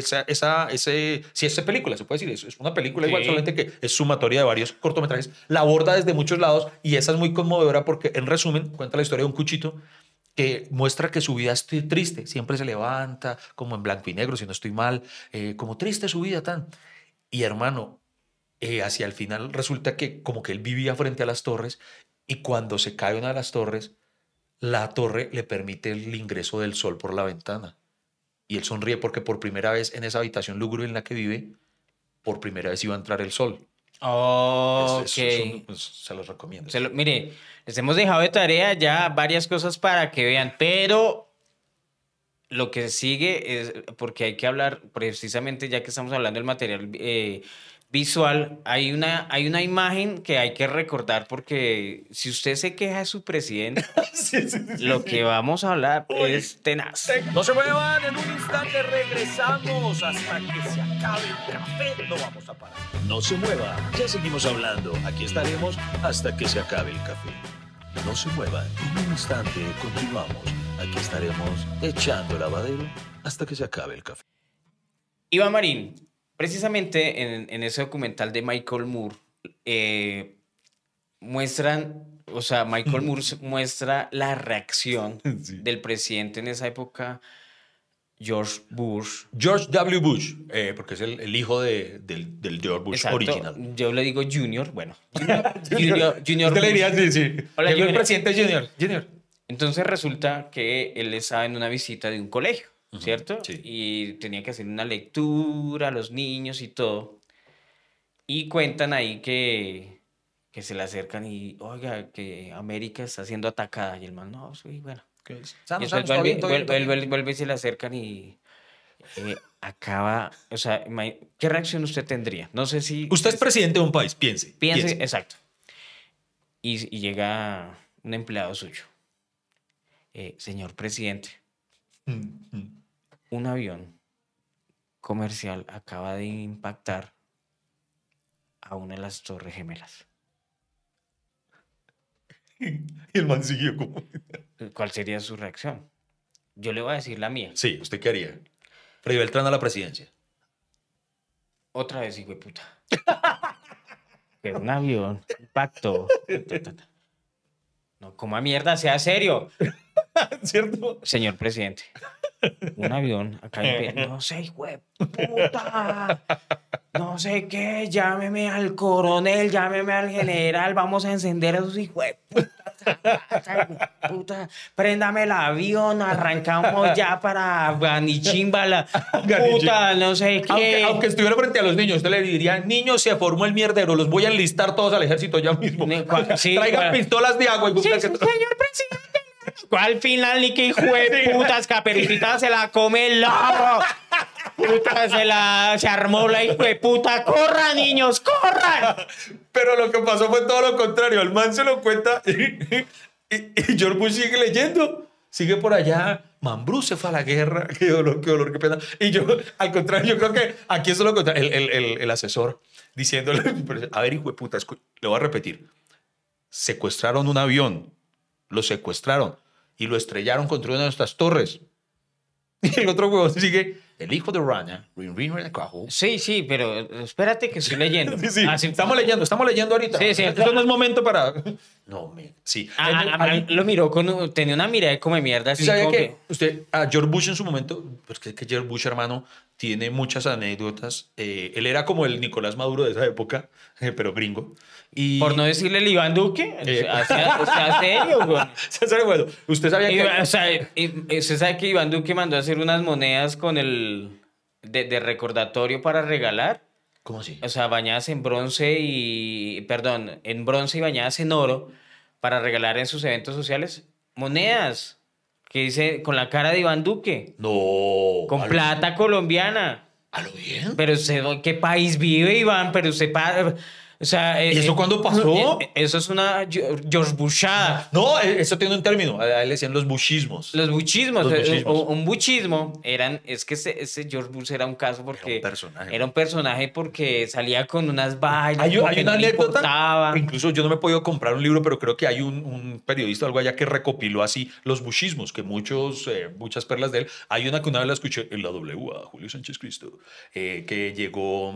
si es película, se puede decir, es una película igual, Sí. solamente que es sumatoria de varios cortometrajes, la aborda desde muchos lados y esa es muy conmovedora porque en resumen cuenta la historia de un Cuchito que muestra que su vida es triste, siempre se levanta como en blanco y negro, si no estoy mal, como triste su vida tan. Y hermano, hacia el final resulta que como que él vivía frente a las torres y cuando se cae una de las torres, la torre le permite el ingreso del sol por la ventana. Y él sonríe porque por primera vez en esa habitación lúgubre en la que vive, por primera vez iba a entrar el sol. Ok. Pues, se los recomiendo. Mire, les hemos dejado de tarea ya varias cosas para que vean, pero lo que sigue es, porque hay que hablar, precisamente ya que estamos hablando del material visual, hay una imagen que hay que recordar, porque si usted se queja de su presidente, lo que vamos a hablar es tenaz. No se muevan, en un instante regresamos hasta que se acabe el café. No vamos a parar. No se mueva, ya seguimos hablando. Aquí estaremos hasta que se acabe el café. No se muevan, en un instante continuamos. Aquí estaremos echando el lavadero hasta que se acabe el café. Iván Marín, precisamente en ese documental de Michael Moore, Michael Moore muestra la reacción del presidente en esa época, George W. Bush, porque es el hijo del George Bush Exacto. original. Yo le digo Junior, bueno. Junior Usted le diría, sí. Hola, Llegó el Junior. presidente Junior. Entonces resulta que él estaba en una visita de un colegio, ¿cierto? Sí. Y tenía que hacer una lectura a los niños y todo. Y cuentan ahí que se le acercan y, oiga, que América está siendo atacada. Y el man, no, sí, bueno. Y después vuelve y se le acercan y acaba, o sea, ¿qué reacción usted tendría? No sé si... Usted es presidente de un país, piense. Piense, exacto. Y llega un empleado suyo. Señor presidente, un avión comercial acaba de impactar a una de las Torres Gemelas. Y el man siguió como... ¿Cuál sería su reacción? Yo le voy a decir la mía. Sí, ¿usted qué haría? Freddy Beltrán a la presidencia. Otra vez, hijo de puta. Que un avión impactó. No, coma mierda, sea serio. ¿Cierto? Señor presidente. Un avión acá no sé, hijo de puta. No sé qué, llámeme al coronel, llámeme al general, vamos a encender a esos hijos de puta. Préndame el avión, arrancamos ya para Ganichimbala. Puta, no sé qué. Aunque estuviera frente a los niños, usted le diría, niños, se formó el mierdero, los voy a enlistar todos al ejército ya mismo. Sí, traigan pistolas de agua. Y sí, señor presidente. ¿Cuál final ni qué hijo de putas? Caperucita se la come el lobo. Puta, se armó la hijo de puta. ¡Corran, niños, corran! Pero lo que pasó fue todo lo contrario. El man se lo cuenta y George Bush sigue leyendo. Sigue por allá. Man, Bruce se fue a la guerra. Qué dolor, qué pena. Y yo, al contrario, yo creo que aquí eso es lo contrario. El asesor diciéndole, a ver, hijo de puta, le voy a repetir. Secuestraron un avión. Lo secuestraron y lo estrellaron contra una de nuestras torres. Y el otro huevón sigue, el hijo de Rana. Sí, pero espérate que estoy leyendo. Sí. Estamos leyendo ahorita. Sí. Esto no es momento para... No, sí. Lo miró tenía una mirada como de mierda. Así ¿Sabía como que usted, a George Bush en su momento, pues que George Bush, hermano, tiene muchas anécdotas. Él era como el Nicolás Maduro de esa época, pero gringo. Y, por no decirle el Iván Duque, sea serio, güey. Bueno, usted sabía que... usted sabe que Iván Duque mandó a hacer unas monedas con de recordatorio para regalar. ¿Cómo así? O sea, bañadas en bronce en bronce y bañadas en oro para regalar en sus eventos sociales monedas que dice con la cara de Iván Duque. No. Con plata colombiana. ¿A lo bien? Pero usted, ¿en qué país vive, Iván? Pero usted... O sea, ¿y eso cuándo pasó? Eso es una George Bushada. No, eso tiene un término. A él le decían los bushismos. Los buchismos. Un buchismo es que ese George Bush era un caso porque... Era un personaje porque salía con unas vainas. Hay una anécdota. Incluso yo no me he podido comprar un libro, pero creo que hay un periodista o algo allá que recopiló así los bushismos, que muchas perlas de él. Hay una que una vez la escuché en la W a Julio Sánchez Cristo, que llegó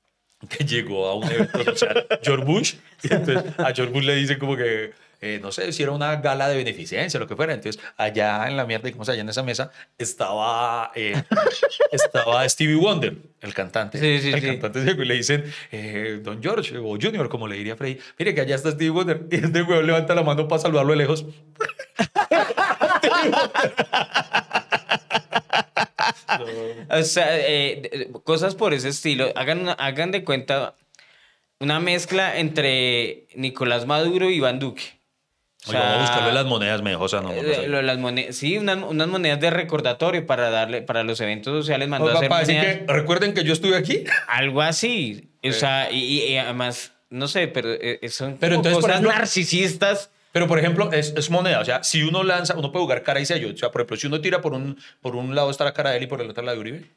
a un evento social, George Bush, y entonces a George Bush le dicen como que, no sé, si era una gala de beneficencia, lo que fuera. Entonces, allá en la mierda, y como se allá en esa mesa, estaba Stevie Wonder, el cantante. Sí. Cantante, y le dicen, Don George, o Junior, como le diría Freddy, mire que allá está Stevie Wonder. Y este huevón levanta la mano para saludarlo de lejos. No. O sea, cosas por ese estilo. Hagan de cuenta una mezcla entre Nicolás Maduro y Iván Duque. O sea, vamos a buscarle las monedas mejor, no. Las monedas, sí, unas monedas de recordatorio para los eventos sociales. Mandó a hacer monedas. Decir que, recuerden que yo estuve aquí. Algo así. O sea, y además, no sé, pero son entonces, cosas por ejemplo, narcisistas. Pero, por ejemplo, es moneda. O sea, si uno lanza, uno puede jugar cara y sello. O sea, por ejemplo, si uno tira por un lado está la cara de él y por el otro la de Uribe.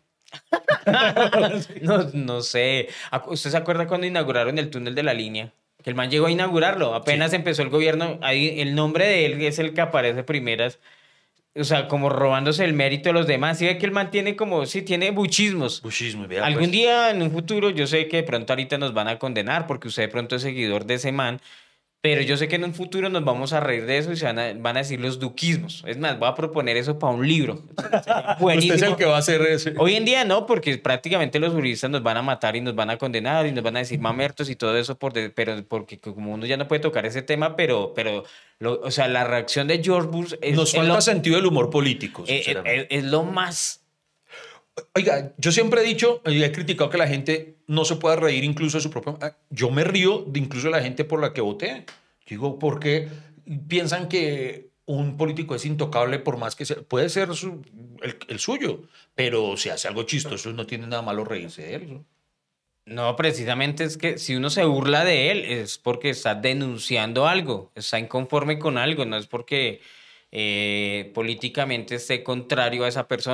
No sé. ¿Usted se acuerda cuando inauguraron el túnel de la línea? Que el man llegó a inaugurarlo. Apenas empezó el gobierno. Ahí el nombre de él es el que aparece primeras. O sea, como robándose el mérito de los demás. Sí ve que el man tiene tiene buchismos. Buchismo, Algún día, en un futuro, yo sé que de pronto ahorita nos van a condenar porque usted de pronto es seguidor de ese man. Pero yo sé que en un futuro nos vamos a reír de eso y van a decir los duquismos. Es más, voy a proponer eso para un libro. Usted es el que va a hacer eso. Hoy en día no, porque prácticamente los juristas nos van a matar y nos van a condenar y nos van a decir mamertos y todo eso, pero porque como uno ya no puede tocar ese tema, pero o sea, la reacción de George Bush... Nos falta sentido del humor político. Es lo más... Oiga, yo siempre he dicho y he criticado que la gente no se pueda reír incluso de su propio... Yo me río incluso de la gente por la que voté. Digo, porque piensan que un político es intocable por más que sea. Puede ser el suyo, pero si hace algo chistoso no tiene nada malo reírse de él. No, precisamente es que si uno se burla de él es porque está denunciando algo, está inconforme con algo, no es porque políticamente esté contrario a esa persona.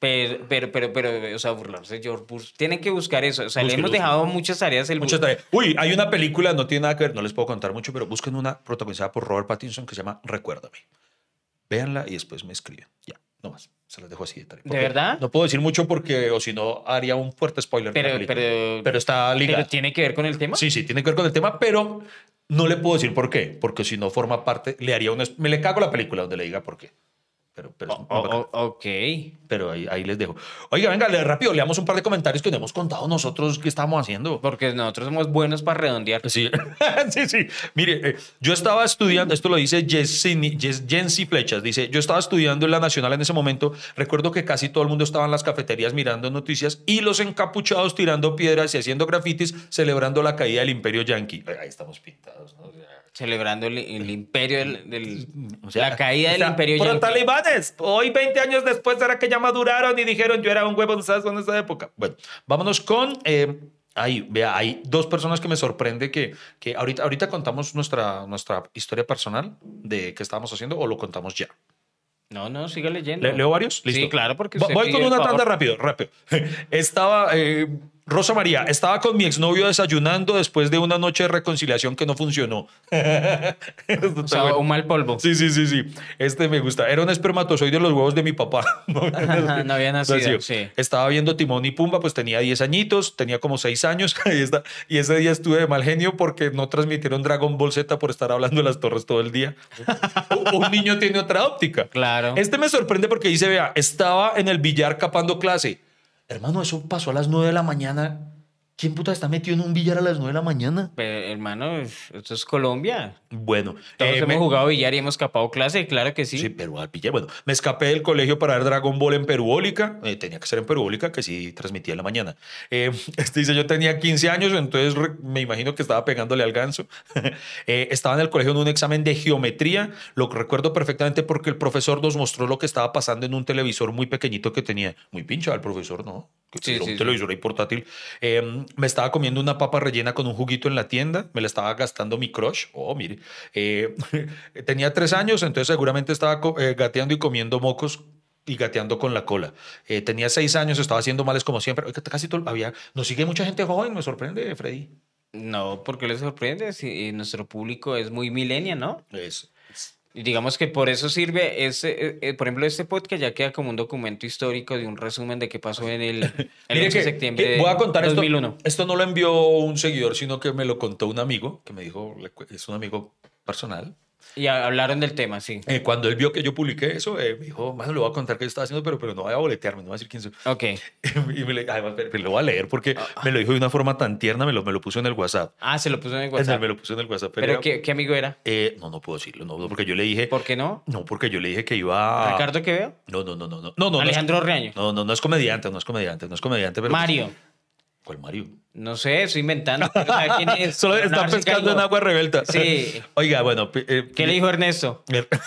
Pero, o sea, burlarse de George Bush. Tienen que buscar eso. O sea, le hemos Búsquelo. dejado muchas tareas. Muchas tareas. Uy, hay una película, no tiene nada que ver, no les puedo contar mucho, pero busquen una protagonizada por Robert Pattinson que se llama Recuérdame. Véanla y después me escriben. Ya, no más. Se las dejo así de tarea. ¿De verdad? No puedo decir mucho porque, o si no, haría un fuerte spoiler. de la película. Pero está ligada. ¿Pero tiene que ver con el tema? Sí, tiene que ver con el tema, pero no le puedo decir por qué, porque si no forma parte, le haría me le cago la película donde le diga por qué. Pero ok. Pero ahí les dejo. Oiga, venga, rápido, leamos un par de comentarios que nos hemos contado nosotros qué estamos haciendo. Porque nosotros somos buenos para redondear. Sí, sí. Mire, yo estaba estudiando, esto lo dice Jensi Flechas, dice, yo estaba estudiando en la Nacional en ese momento, recuerdo que casi todo el mundo estaba en las cafeterías mirando noticias y los encapuchados tirando piedras y haciendo grafitis, celebrando la caída del Imperio Yanqui. Ahí estamos pintados, ¿no? O sea, celebrando el imperio la caída del imperio yanqui. Pero talibanes, hoy 20 años después era que ya maduraron y dijeron yo era un huevonzazo en esa época. Bueno, vámonos con... hay dos personas que me sorprende que ahorita contamos nuestra historia personal de qué estábamos haciendo o lo contamos ya. No, sigue leyendo. ¿Leo varios? Listo. Sí, claro, porque voy con una tanda rápido. Estaba... Rosa María, estaba con mi exnovio desayunando después de una noche de reconciliación que no funcionó. O sea, un mal polvo. Sí. Me gusta. Era un espermatozoide de los huevos de mi papá. No había nacido. Sí. Estaba viendo Timón y Pumba, pues tenía 10 añitos, tenía como 6 años. Y ese día estuve de mal genio porque no transmitieron Dragon Ball Z por estar hablando de las torres todo el día. Un niño tiene otra óptica. Claro. Me sorprende porque dice, vea, estaba en el billar capando clase. Hermano, eso pasó a las 9 de la mañana. ¿Quién puta está metido en un billar a las 9 de la mañana? Pero, hermano, esto es Colombia. Bueno. Todos hemos jugado billar y hemos escapado clase, claro que sí. Sí, pero al billar. Bueno, me escapé del colegio para ver Dragon Ball en Perubólica. Tenía que ser en Perubólica, que sí transmitía en la mañana. Dice, yo tenía 15 años, entonces me imagino que estaba pegándole al ganso. Estaba en el colegio en un examen de geometría. Lo recuerdo perfectamente porque el profesor nos mostró lo que estaba pasando en un televisor muy pequeñito que tenía. Muy pincha el profesor, ¿no? Que un televisor ahí portátil. Me estaba comiendo una papa rellena con un juguito en la tienda. Me la estaba gastando mi crush. Oh, mire. Tenía 3 años, entonces seguramente estaba gateando y comiendo mocos y gateando con la cola. Tenía 6 años, estaba haciendo males como siempre. Casi todo nos sigue mucha gente joven, me sorprende, Freddy. No, ¿por qué le sorprende? Si nuestro público es muy millennial, ¿no? Y digamos que por eso sirve, por ejemplo, este podcast ya queda como un documento histórico de un resumen de qué pasó en el 11 de septiembre voy a contar de 2001. Esto no lo envió un seguidor, sino que me lo contó un amigo, que me dijo, es un amigo personal. Y hablaron del tema, sí. Cuando él vio que yo publiqué eso, me dijo, mano, le voy a contar qué estaba haciendo, pero no voy a boletearme, no voy a decir quién soy. Ok. Y además, lo voy a leer porque me lo dijo de una forma tan tierna, me lo puso en el WhatsApp. Ah, se lo puso en el WhatsApp. Me lo puso en el WhatsApp. ¿Pero qué amigo era? No puedo decirlo, no, porque yo le dije... ¿Por qué no? No, porque yo le dije que iba a... ¿Ricardo Quevedo? No. ¿Alejandro Reaño? No es comediante, pero... Mario. ¿Cuál Mario? No sé, estoy inventando. Pero ¿sabe quién es? Solo está pescando en agua revuelta. Sí. Oiga, bueno. ¿Qué le dijo Ernesto?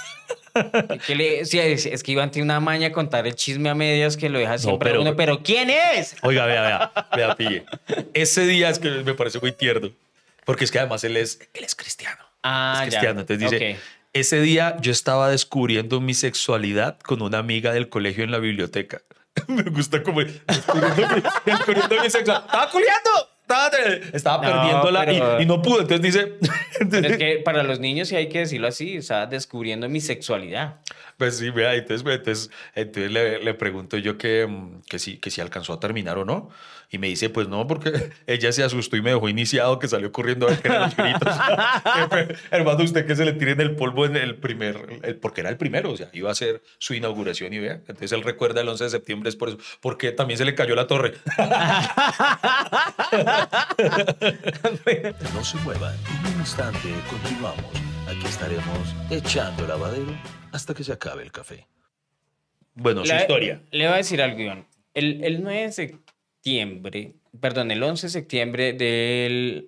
Sí, es que Iván tiene una maña contar el chisme a medias que lo deja siempre uno. ¿Pero quién es? Oiga, vea, pille. Ese día es que me parece muy tierno. Porque es que además él es cristiano. Ah, es cristiano. Ya. Entonces dice, ese día yo estaba descubriendo mi sexualidad con una amiga del colegio en la biblioteca. Me gusta como descubriendo mi sexualidad. ¡Estaba culiando! Estaba perdiéndola y no pude. Entonces dice... Pero es que para los niños, sí hay que decirlo así, estaba descubriendo mi sexualidad. Pues sí, vea, entonces le pregunto yo que si alcanzó a terminar o no. Y me dice, pues no, porque ella se asustó y me dejó iniciado, que salió corriendo a ver que eran los gritos. Hermano, usted que se le tire en el polvo en el porque era el primero, o sea, iba a ser su inauguración y vea. Entonces él recuerda el 11 de septiembre, es por eso, porque también se le cayó la torre. No se muevan, en un instante continuamos. Aquí estaremos echando lavadero hasta que se acabe el café. Bueno, su historia. Le voy a decir algo, Iván. El 9 de septiembre, perdón, el 11 de septiembre del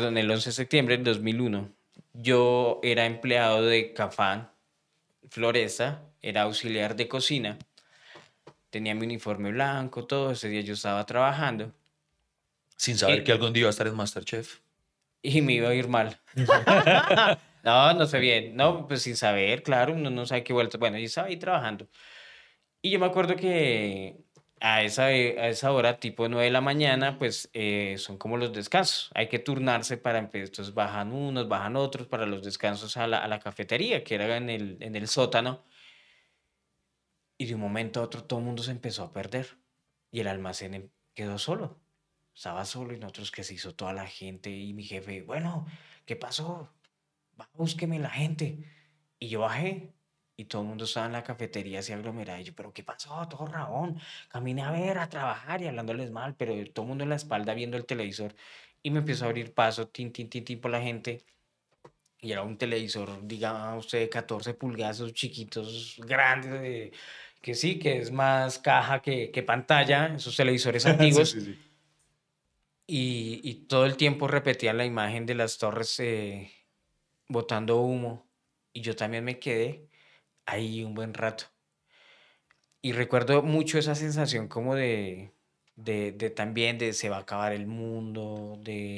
2001, yo era empleado de Cafán, Floresta, era auxiliar de cocina, tenía mi uniforme blanco, todo, ese día yo estaba trabajando. Sin saber que algún día iba a estar en MasterChef. Y me iba a ir mal. No sé bien. No, pues sin saber, claro, uno no sabe qué vuelta. Bueno, yo estaba ahí trabajando. Y yo me acuerdo que a esa hora, tipo 9 de la mañana, pues son como los descansos. Hay que turnarse para empezar. Entonces bajan unos, bajan otros para los descansos a la cafetería, que era en el sótano. Y de un momento a otro todo el mundo se empezó a perder. Y el almacén quedó solo. Estaba solo y nosotros que se hizo toda la gente y mi jefe, bueno, ¿qué pasó? Va, búsqueme la gente. Y yo bajé y todo el mundo estaba en la cafetería así aglomerado. Y yo, ¿pero qué pasó? Todo rabón. Caminé a ver, a trabajar y hablándoles mal, pero todo el mundo en la espalda viendo el televisor. Y me empezó a abrir paso, tin, tin, tin, tin, por la gente. Y era un televisor, diga usted, de 14 pulgadas, esos chiquitos, grandes, que sí, que es más caja que pantalla, esos televisores antiguos. Sí, sí, sí. Y todo el tiempo repetían la imagen de las torres botando humo. Y yo también me quedé ahí un buen rato. Y recuerdo mucho esa sensación como de también de se va a acabar el mundo,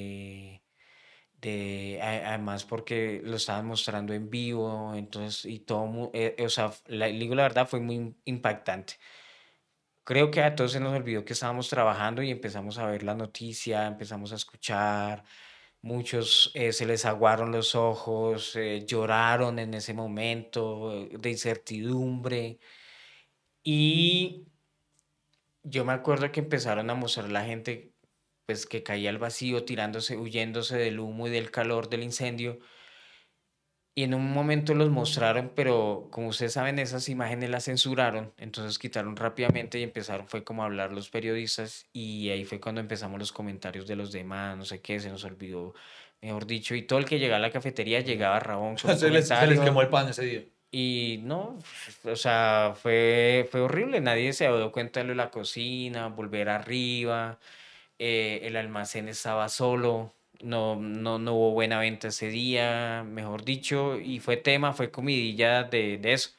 además porque lo estaban mostrando en vivo, entonces, y todo, o sea, digo la verdad, fue muy impactante. Creo que a todos se nos olvidó que estábamos trabajando y empezamos a ver la noticia, empezamos a escuchar, muchos se les aguaron los ojos, lloraron en ese momento de incertidumbre. Y yo me acuerdo que empezaron a mostrar la gente pues que caía al vacío, tirándose, huyéndose del humo y del calor del incendio. Y en un momento los mostraron, pero como ustedes saben, esas imágenes las censuraron, entonces quitaron rápidamente y empezaron, fue como a hablar los periodistas y ahí fue cuando empezamos los comentarios de los demás, no sé qué, se nos olvidó, mejor dicho, y todo el que llegaba a la cafetería llegaba rabón con un Se les comentario. quemó el pan ese día. Y no, o sea, fue horrible, nadie se dio cuenta de lo de la cocina, volver arriba, el almacén estaba solo, no hubo buena venta ese día, mejor dicho, y fue tema, fue comidilla de eso.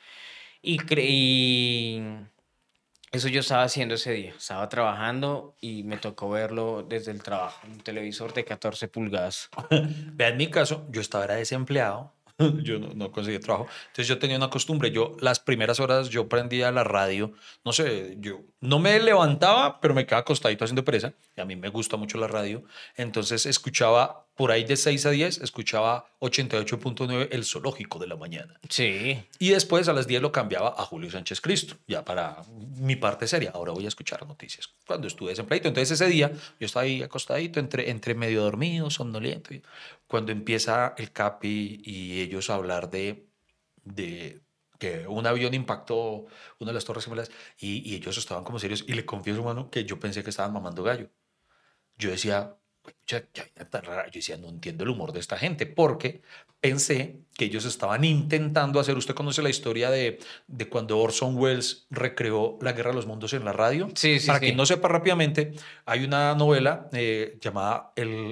Y eso yo estaba haciendo ese día, estaba trabajando y me tocó verlo desde el trabajo, un televisor de 14 pulgadas. Vean mi caso, yo estaba era desempleado, yo no conseguí trabajo, entonces yo tenía una costumbre, yo las primeras horas yo prendía la radio, no sé, yo no me levantaba, pero me quedaba acostadito haciendo pereza, y a mí me gusta mucho la radio, entonces escuchaba por ahí de 6 a 10, escuchaba 88.9 El Zoológico de la Mañana. Sí. Y después a las 10 lo cambiaba a Julio Sánchez Cristo, ya para mi parte seria. Ahora voy a escuchar noticias. Cuando estuve desempleado. Entonces ese día yo estaba ahí acostadito, entre medio dormido, somnoliento. Cuando empieza el Capi y ellos a hablar de que un avión impactó una de las Torres Gemelas y ellos estaban como serios. Y le confieso, hermano, que yo pensé que estaban mamando gallo. Yo decía, ya tan rara. Yo decía, no entiendo el humor de esta gente, porque pensé que ellos estaban intentando hacer. Usted conoce la historia de cuando Orson Welles recreó La Guerra de los Mundos en la radio. Sí, sí, Para sí. quien no sepa rápidamente, hay una novela llamada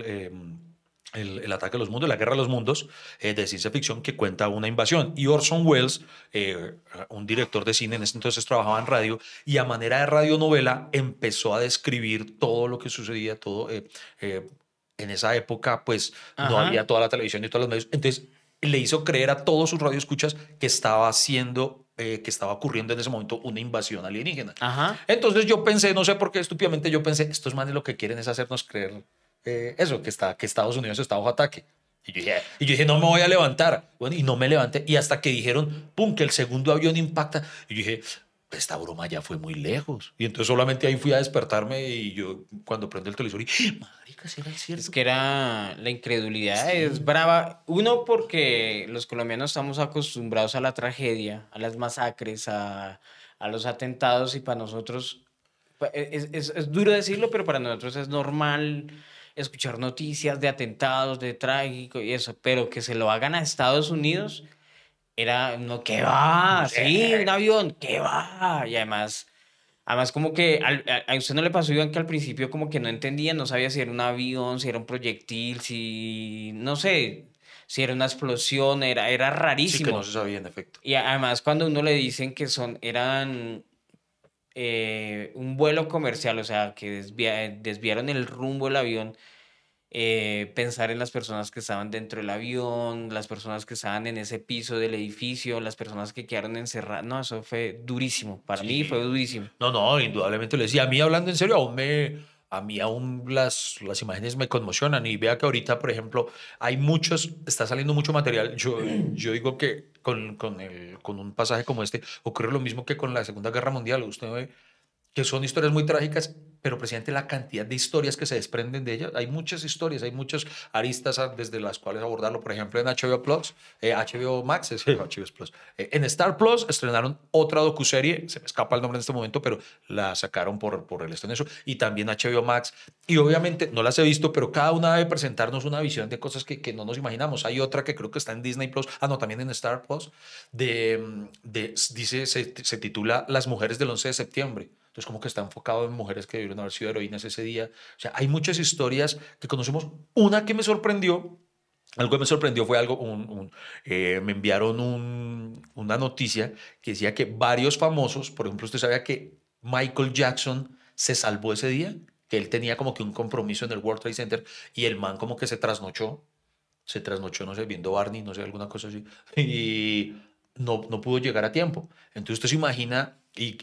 el ataque a los mundos, la guerra de los mundos, de ciencia ficción que cuenta una invasión. Y Orson Welles, un director de cine, en ese entonces trabajaba en radio y a manera de radionovela empezó a describir todo lo que sucedía, todo. En esa época, pues no Ajá. había toda la televisión y todos los medios. Entonces le hizo creer a todos sus radioescuchas que estaba haciendo, que estaba ocurriendo en ese momento una invasión alienígena. Ajá. Entonces yo pensé, no sé por qué estúpidamente yo pensé, estos manes lo que quieren es hacernos creer eso, que Estados Unidos está bajo ataque. Y yo dije, no me voy a levantar. Bueno, y no me levanté. Y hasta que dijeron, pum, que el segundo avión impacta. Y yo dije, esta broma ya fue muy lejos. Y entonces solamente ahí fui a despertarme y yo cuando prendo el televisor y, marica, ¿será cierto? Es que era la incredulidad, Sí. es brava. Uno, porque los colombianos estamos acostumbrados a la tragedia, a las masacres, a los atentados, y para nosotros, es duro decirlo, pero para nosotros es normal escuchar noticias de atentados, de trágico y eso, pero que se lo hagan a Estados Unidos, era, no, ¿qué va? Sí, un avión, ¿qué va? Y además como que a usted no le pasó, Iván, que al principio como que no entendía, no sabía si era un avión, si era un proyectil, si, no sé, si era una explosión, era Sí, que rarísimo. no se sabía en efecto. Y además cuando a uno le dicen que eran un vuelo comercial, o sea, que desviaron el rumbo del avión, pensar en las personas que estaban dentro del avión, las personas que estaban en ese piso del edificio, las personas que quedaron encerradas. No, eso fue durísimo. Para mí fue durísimo. No, indudablemente lo decía. A mí, hablando en serio, a mí aún las imágenes me conmocionan. Y vea que ahorita, por ejemplo, está saliendo mucho material. Yo digo que con un pasaje como este ocurre lo mismo que con la Segunda Guerra Mundial. Usted ve que son historias muy trágicas, pero precisamente la cantidad de historias que se desprenden de ellas, hay muchas historias, hay muchas aristas desde las cuales abordarlo. Por ejemplo, en HBO Plus, HBO Max, HBO Plus. En Star Plus estrenaron otra docuserie, se me escapa el nombre en este momento, pero la sacaron por el estreno. Y también HBO Max. Y obviamente no las he visto, pero cada una debe presentarnos una visión de cosas que no nos imaginamos. Hay otra que creo que está en Disney Plus, no, también en Star Plus, dice, se titula Las mujeres del 11 de septiembre. Entonces, como que está enfocado en mujeres que debieron haber sido heroínas ese día. O sea, hay muchas historias que conocemos. Una que me sorprendió, algo que me sorprendió fue algo, me enviaron una noticia que decía que varios famosos, por ejemplo, usted sabía que Michael Jackson se salvó ese día, que él tenía como que un compromiso en el World Trade Center y el man como que se trasnochó, no sé, viendo Barney, no sé, alguna cosa así, y no pudo llegar a tiempo. Entonces usted se imagina, y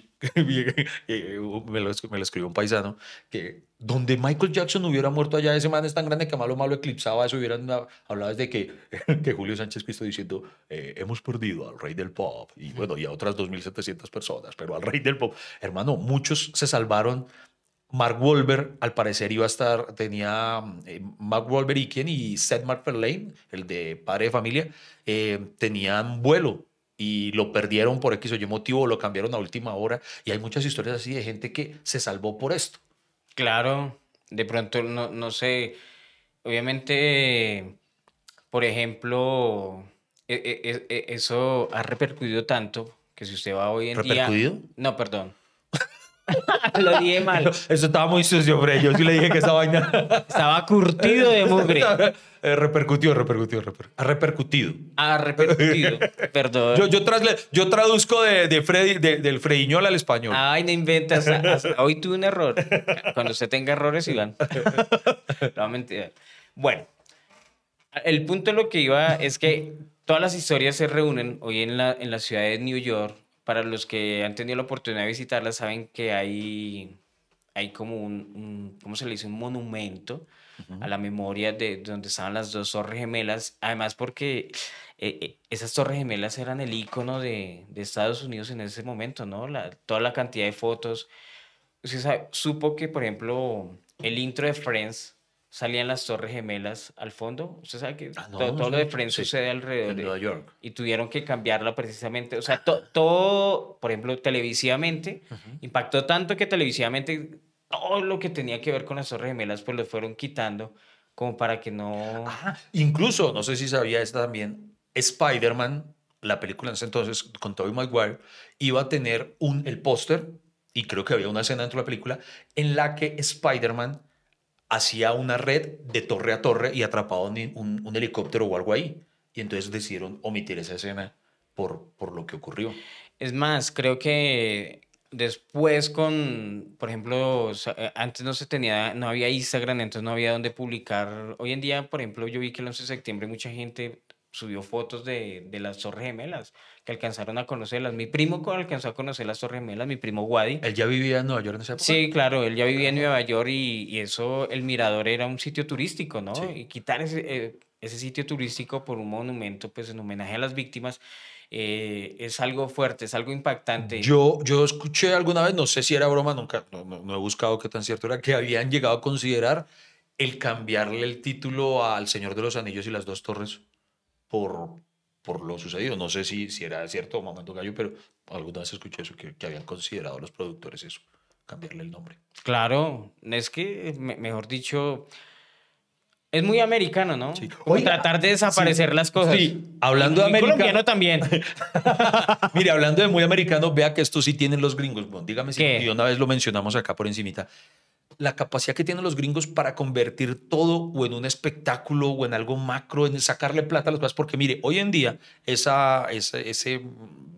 me lo escribió un paisano, que donde Michael Jackson hubiera muerto allá, ese man es tan grande que a malo eclipsaba eso, hubieran hablado desde que Julio Sánchez Cristo diciendo, hemos perdido al rey del pop, y bueno, y a otras 2.700 personas, pero al rey del pop, hermano, muchos se salvaron. Mark Wahlberg, al parecer tenía Mark Wahlberg y Seth MacFarlane, el de Padre de Familia, tenían vuelo y lo perdieron por X o Y motivo, lo cambiaron a última hora. Y hay muchas historias así de gente que se salvó por esto. Claro, de pronto, no sé, obviamente, por ejemplo, eso ha repercutido tanto que si usted va hoy en día... ¿Repercutido? No, perdón. Lo dije mal. Eso estaba muy sucio, hombre. Yo sí le dije que esa vaina... Estaba curtido de mugre. Repercutió. Ha repercutido. Ha repercutido, perdón. Yo traduzco del Frediñol al español. Ay, no inventas. Hasta hoy tuve un error. Cuando usted tenga errores, Iván. No, mentira. Bueno, el punto de lo que iba es que todas las historias se reúnen hoy en la ciudad de New York. Para los que han tenido la oportunidad de visitarla, saben que hay como ¿cómo se le dice? Un monumento a la memoria de donde estaban las dos torres gemelas. Además, porque esas torres gemelas eran el ícono de Estados Unidos en ese momento, ¿no? Toda la cantidad de fotos. Usted supo que, por ejemplo, el intro de Friends salían las torres gemelas al fondo. Usted sabe que todo lo de Friends sucede alrededor de Nueva York. Y tuvieron que cambiarla precisamente. O sea, todo, por ejemplo, televisivamente, impactó tanto que televisivamente todo lo que tenía que ver con las torres gemelas, pues lo fueron quitando como para que no... Incluso, no sé si sabía esta también, Spider-Man, la película en ese entonces con Tobey Maguire, iba a tener el póster, y creo que había una escena dentro de la película, en la que Spider-Man hacía una red de torre a torre y atrapaba un helicóptero o algo ahí. Y entonces decidieron omitir esa escena por lo que ocurrió. Es más, creo que después por ejemplo, antes no había Instagram, entonces no había dónde publicar. Hoy en día, por ejemplo, yo vi que el 11 de septiembre mucha gente subió fotos de las Torres Gemelas, que alcanzaron a conocerlas. Mi primo alcanzó a conocer las Torres Gemelas, mi primo Wadi. ¿Él ya vivía en Nueva York en esa época? Sí, claro, él ya vivía en Nueva York y eso, el Mirador era un sitio turístico, ¿no? Sí. Y quitar ese sitio turístico por un monumento, pues en homenaje a las víctimas, es algo fuerte, es algo impactante. Yo escuché alguna vez, no sé si era broma, nunca, no he buscado qué tan cierto era, que habían llegado a considerar el cambiarle el título al Señor de los Anillos y las dos torres por lo sucedido. No sé si era cierto o momento gallo, pero alguna vez escuché eso, que habían considerado los productores eso, cambiarle el nombre. Claro, es que, mejor dicho, es muy americano, ¿no? Sí. Tratar de desaparecer las cosas. Sí, hablando de americano. Colombiano también. Mire, hablando de muy americano, vea que esto sí tienen los gringos. Bueno, dígame si ¿Qué? Y una vez lo mencionamos acá por encimita. La capacidad que tienen los gringos para convertir todo o en un espectáculo o en algo macro, en sacarle plata a las cosas. Porque mire, hoy en día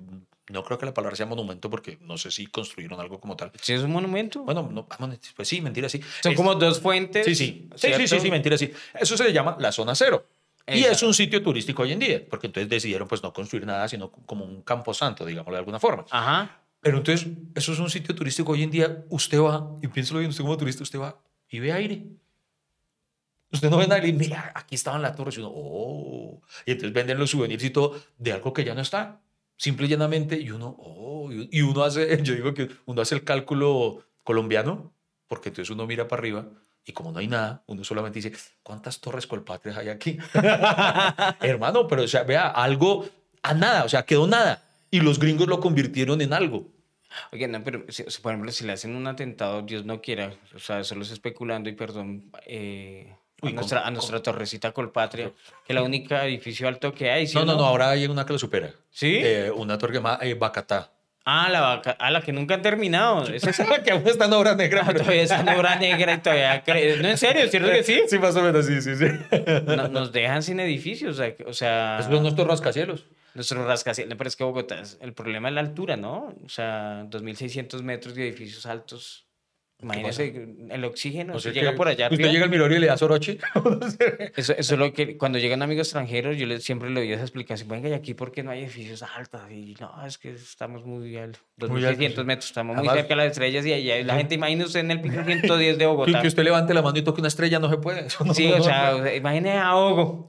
no creo que la palabra sea monumento porque no sé si construyeron algo como tal. ¿Sí es un monumento? Bueno, no, pues sí, mentira, sí. Son como dos fuentes. Sí, mentira, sí. Eso se le llama la zona cero. Y es un sitio turístico hoy en día, porque entonces decidieron pues no construir nada, sino como un camposanto, digámoslo de alguna forma. Ajá. Pero entonces, eso es un sitio turístico hoy en día. Usted va, y piénselo bien, usted como turista, usted va y ve aire. Usted no ve nada y mira, aquí estaban las torres y uno, oh. Y entonces venden los souvenirs y todo de algo que ya no está. Simple y llanamente, y uno, oh. Y uno hace, yo digo que uno hace el cálculo colombiano, porque entonces uno mira para arriba y como no hay nada, uno solamente dice, ¿cuántas torres colpatrias hay aquí? Hermano, pero o sea, vea, algo a nada, o sea, quedó nada. Y los gringos lo convirtieron en algo. Oye, no, pero por ejemplo, si le hacen un atentado, Dios no quiera, o sea, solo es especulando y perdón, a nuestra torrecita Colpatria, que la única edificio alto que hay. ¿Sí no, ahora hay una que lo supera. ¿Sí? Una torre llamada Bacatá. La que nunca han terminado. Esa es la que aún está en obra negra. Pero... Todavía está en obra negra y todavía... No, en serio, ¿cierto que sí? Sí, más o menos, sí. Nos dejan sin edificios, o sea... Esos son nuestros rascacielos. Nuestros rascacielos, pero es que Bogotá, el problema es la altura, ¿no? O sea, 2.600 metros de edificios altos. Imagínese el oxígeno, o sea, llega por allá. ¿Usted llega al Mirador y le da soroche? Eso es lo que cuando llega un amigo extranjero, siempre le doy esa explicación. Venga, ¿y aquí por qué no hay edificios altos? Y no, es que estamos muy al 2.600 metros, estamos muy cerca de las estrellas y allá la gente, imagínese en el pico 110 de Bogotá. Que usted levante la mano y toque una estrella, no se puede. Sí, o sea, imagínese ahogo.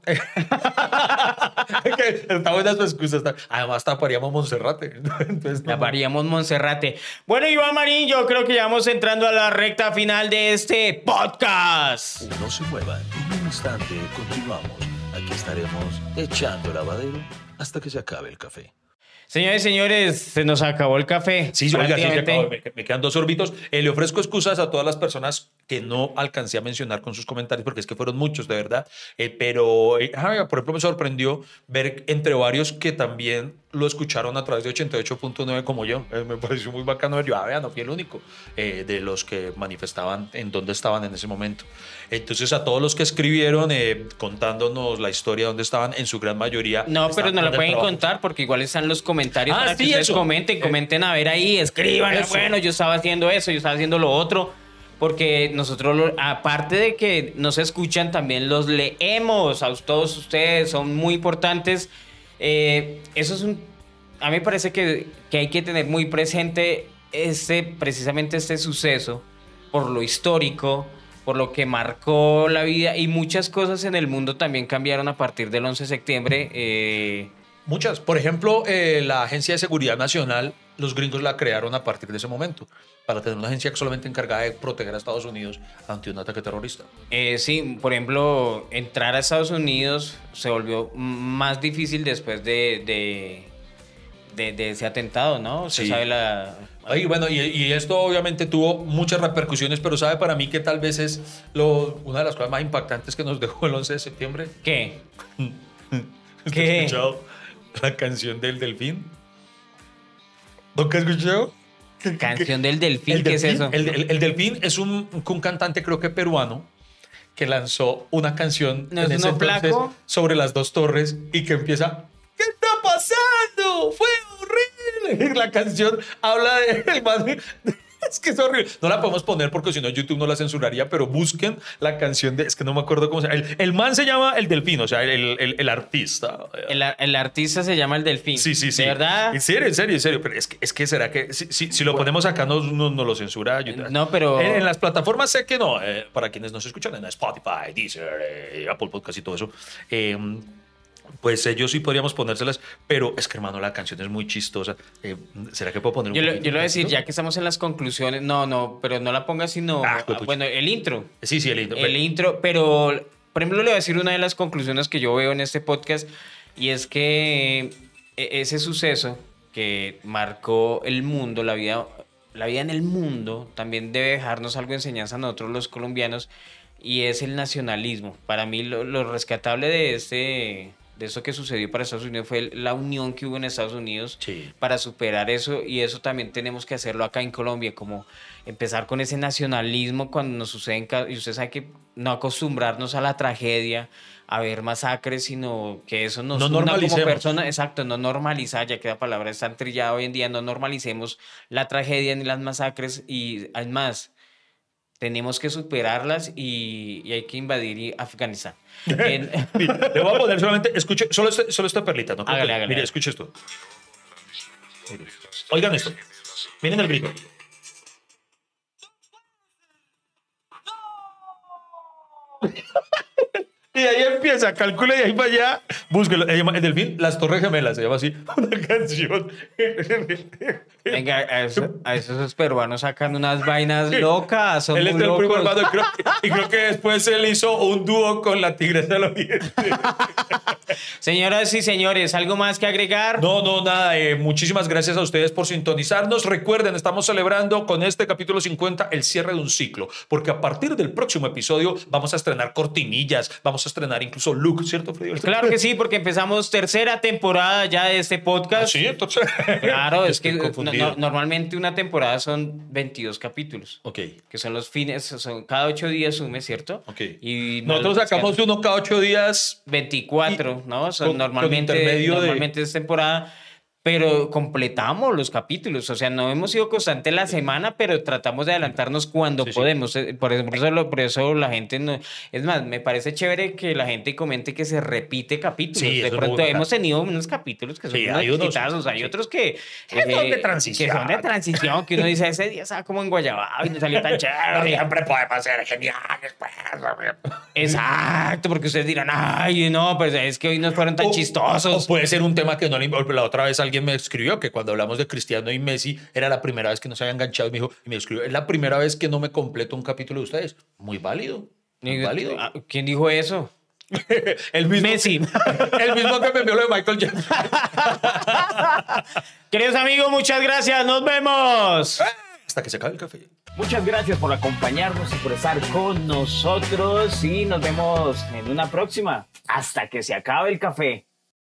Está buena su excusa. Además, taparíamos Monserrate. Entonces, taparíamos Monserrate. Bueno, Iván Marín, yo creo que ya vamos entrando a la recta final de este podcast. No se muevan, en un instante continuamos. Aquí estaremos echando lavadero hasta que se acabe el café. Señores y señores, se nos acabó el café. Sí, oiga, sí, me quedan 2 sorbitos. Le ofrezco excusas a todas las personas que no alcancé a mencionar con sus comentarios, porque es que fueron muchos, de verdad. Pero, por ejemplo, me sorprendió ver entre varios que también lo escucharon a través de 88.9 como yo. Me pareció muy bacano ver. Yo, no fui el único de los que manifestaban en dónde estaban en ese momento. Entonces, a todos los que escribieron contándonos la historia, dónde estaban, en su gran mayoría. No, pero no la pueden contar porque igual están los comentarios para que ustedes comenten a ver ahí, escriban. Bueno, yo estaba haciendo eso, yo estaba haciendo lo otro. Porque nosotros, aparte de que nos escuchan, también los leemos. A todos ustedes son muy importantes. Eso es a mí me parece que hay que tener muy presente precisamente este suceso, por lo histórico, por lo que marcó la vida, y muchas cosas en el mundo también cambiaron a partir del 11 de septiembre. Muchas. Por ejemplo, la Agencia de Seguridad Nacional, los gringos la crearon a partir de ese momento, para tener una agencia solamente encargada de proteger a Estados Unidos ante un ataque terrorista. Sí, por ejemplo, entrar a Estados Unidos se volvió más difícil después de ese atentado, ¿no? Usted sabe Bueno, y esto obviamente tuvo muchas repercusiones, pero ¿sabe para mí que tal vez es una de las cosas más impactantes que nos dejó el 11 de septiembre? ¿Qué? ¿Usted ha escuchado la canción del Delfín? ¿Nunca has escuchado? ¿Canción del Delfín? ¿Qué es eso? El Delfín es un cantante, creo que peruano, que lanzó una canción en ese entonces sobre las 2 torres y que empieza: ¿qué está pasando? ¡Fue horrible! La canción habla del man. Es que es horrible. No la podemos poner porque si no YouTube no la censuraría, pero busquen la canción es que no me acuerdo cómo se llama. El man se llama El Delfín, o sea, el artista. El artista se llama El Delfín. Sí. ¿De verdad? En serio. Pero es que será que si lo ponemos acá no lo censura YouTube. No, pero... En las plataformas sé que no. Para quienes nos escuchan en Spotify, Deezer, Apple Podcast y todo eso. Pues ellos sí podríamos ponérselas, pero es que, hermano, la canción es muy chistosa. ¿Será que puedo poner un poquito? Yo le voy a decir, ya que estamos en las conclusiones, no, pero no la pongas sino... bueno, el intro. Sí, el intro. El intro, pero, por ejemplo, le voy a decir una de las conclusiones que yo veo en este podcast, y es que ese suceso que marcó el mundo, la vida en el mundo, también debe dejarnos algo de enseñanza a nosotros los colombianos, y es el nacionalismo. Para mí lo rescatable de eso que sucedió para Estados Unidos fue la unión que hubo en Estados Unidos Sí. para superar eso, y eso también tenemos que hacerlo acá en Colombia, como empezar con ese nacionalismo cuando nos suceden, y usted sabe que no acostumbrarnos a la tragedia, a ver masacres, sino que eso nos una como persona, exacto, no normalizar, ya que la palabra es tan trillada hoy en día, no normalicemos la tragedia ni las masacres, y además tenemos que superarlas y hay que invadir Afganistán. Le voy a poner solamente, escuche, solo esta perlita, ¿no? Hágale. Mire, escuche esto. Mire. Oigan esto. Miren el grito. Y ahí empieza, calcula y ahí para allá. Búsquelo. Se llama, el Delfín, Las Torres Gemelas, se llama así. Una canción. Venga, a esos peruanos sacan unas vainas locas. Son él es muy el locos. primo hermano y creo que después él hizo un dúo con la Tigresa del Oriente. Señoras y señores, ¿algo más que agregar? No, nada. Muchísimas gracias a ustedes por sintonizarnos. Recuerden, estamos celebrando con este capítulo 50 el cierre de un ciclo, porque a partir del próximo episodio vamos a estrenar cortinillas, vamos a estrenar incluso look, ¿cierto, Freddy? Claro que sí, porque empezamos tercera temporada ya de este podcast. Sí, entonces. Claro, es que normalmente una temporada son 22 capítulos. Ok. Que son los fines, son cada 8 días sume, ¿cierto? Ok. Y nosotros sacamos uno cada 8 días. 24, ¿no? Son con normalmente es temporada, pero completamos los capítulos. O sea, no hemos sido constantes la semana, pero tratamos de adelantarnos cuando podemos. Por eso la gente no... Es más, me parece chévere que la gente comente que se repite capítulos. Sí, de pronto hemos tenido unos capítulos que son hay unos hay otros que son de transición. Que son de transición, que uno dice, ese día estaba como en Guayabao y no salió tan chévere. Siempre podemos ser geniales, pues. Exacto, porque ustedes dirán, ay, no, pues es que hoy no fueron tan chistosos. O puede ser un tema que no le... La otra vez alguien me escribió que cuando hablamos de Cristiano y Messi era la primera vez que no se había enganchado y me escribió, es la primera vez que no me completo un capítulo de ustedes. Muy válido. Muy válido. ¿Quién dijo eso? El mismo Messi. El mismo que me envió lo de Michael Jackson. Queridos amigos, muchas gracias. Nos vemos. Hasta que se acabe el café. Muchas gracias por acompañarnos y por estar con nosotros. Y nos vemos en una próxima. Hasta que se acabe el café.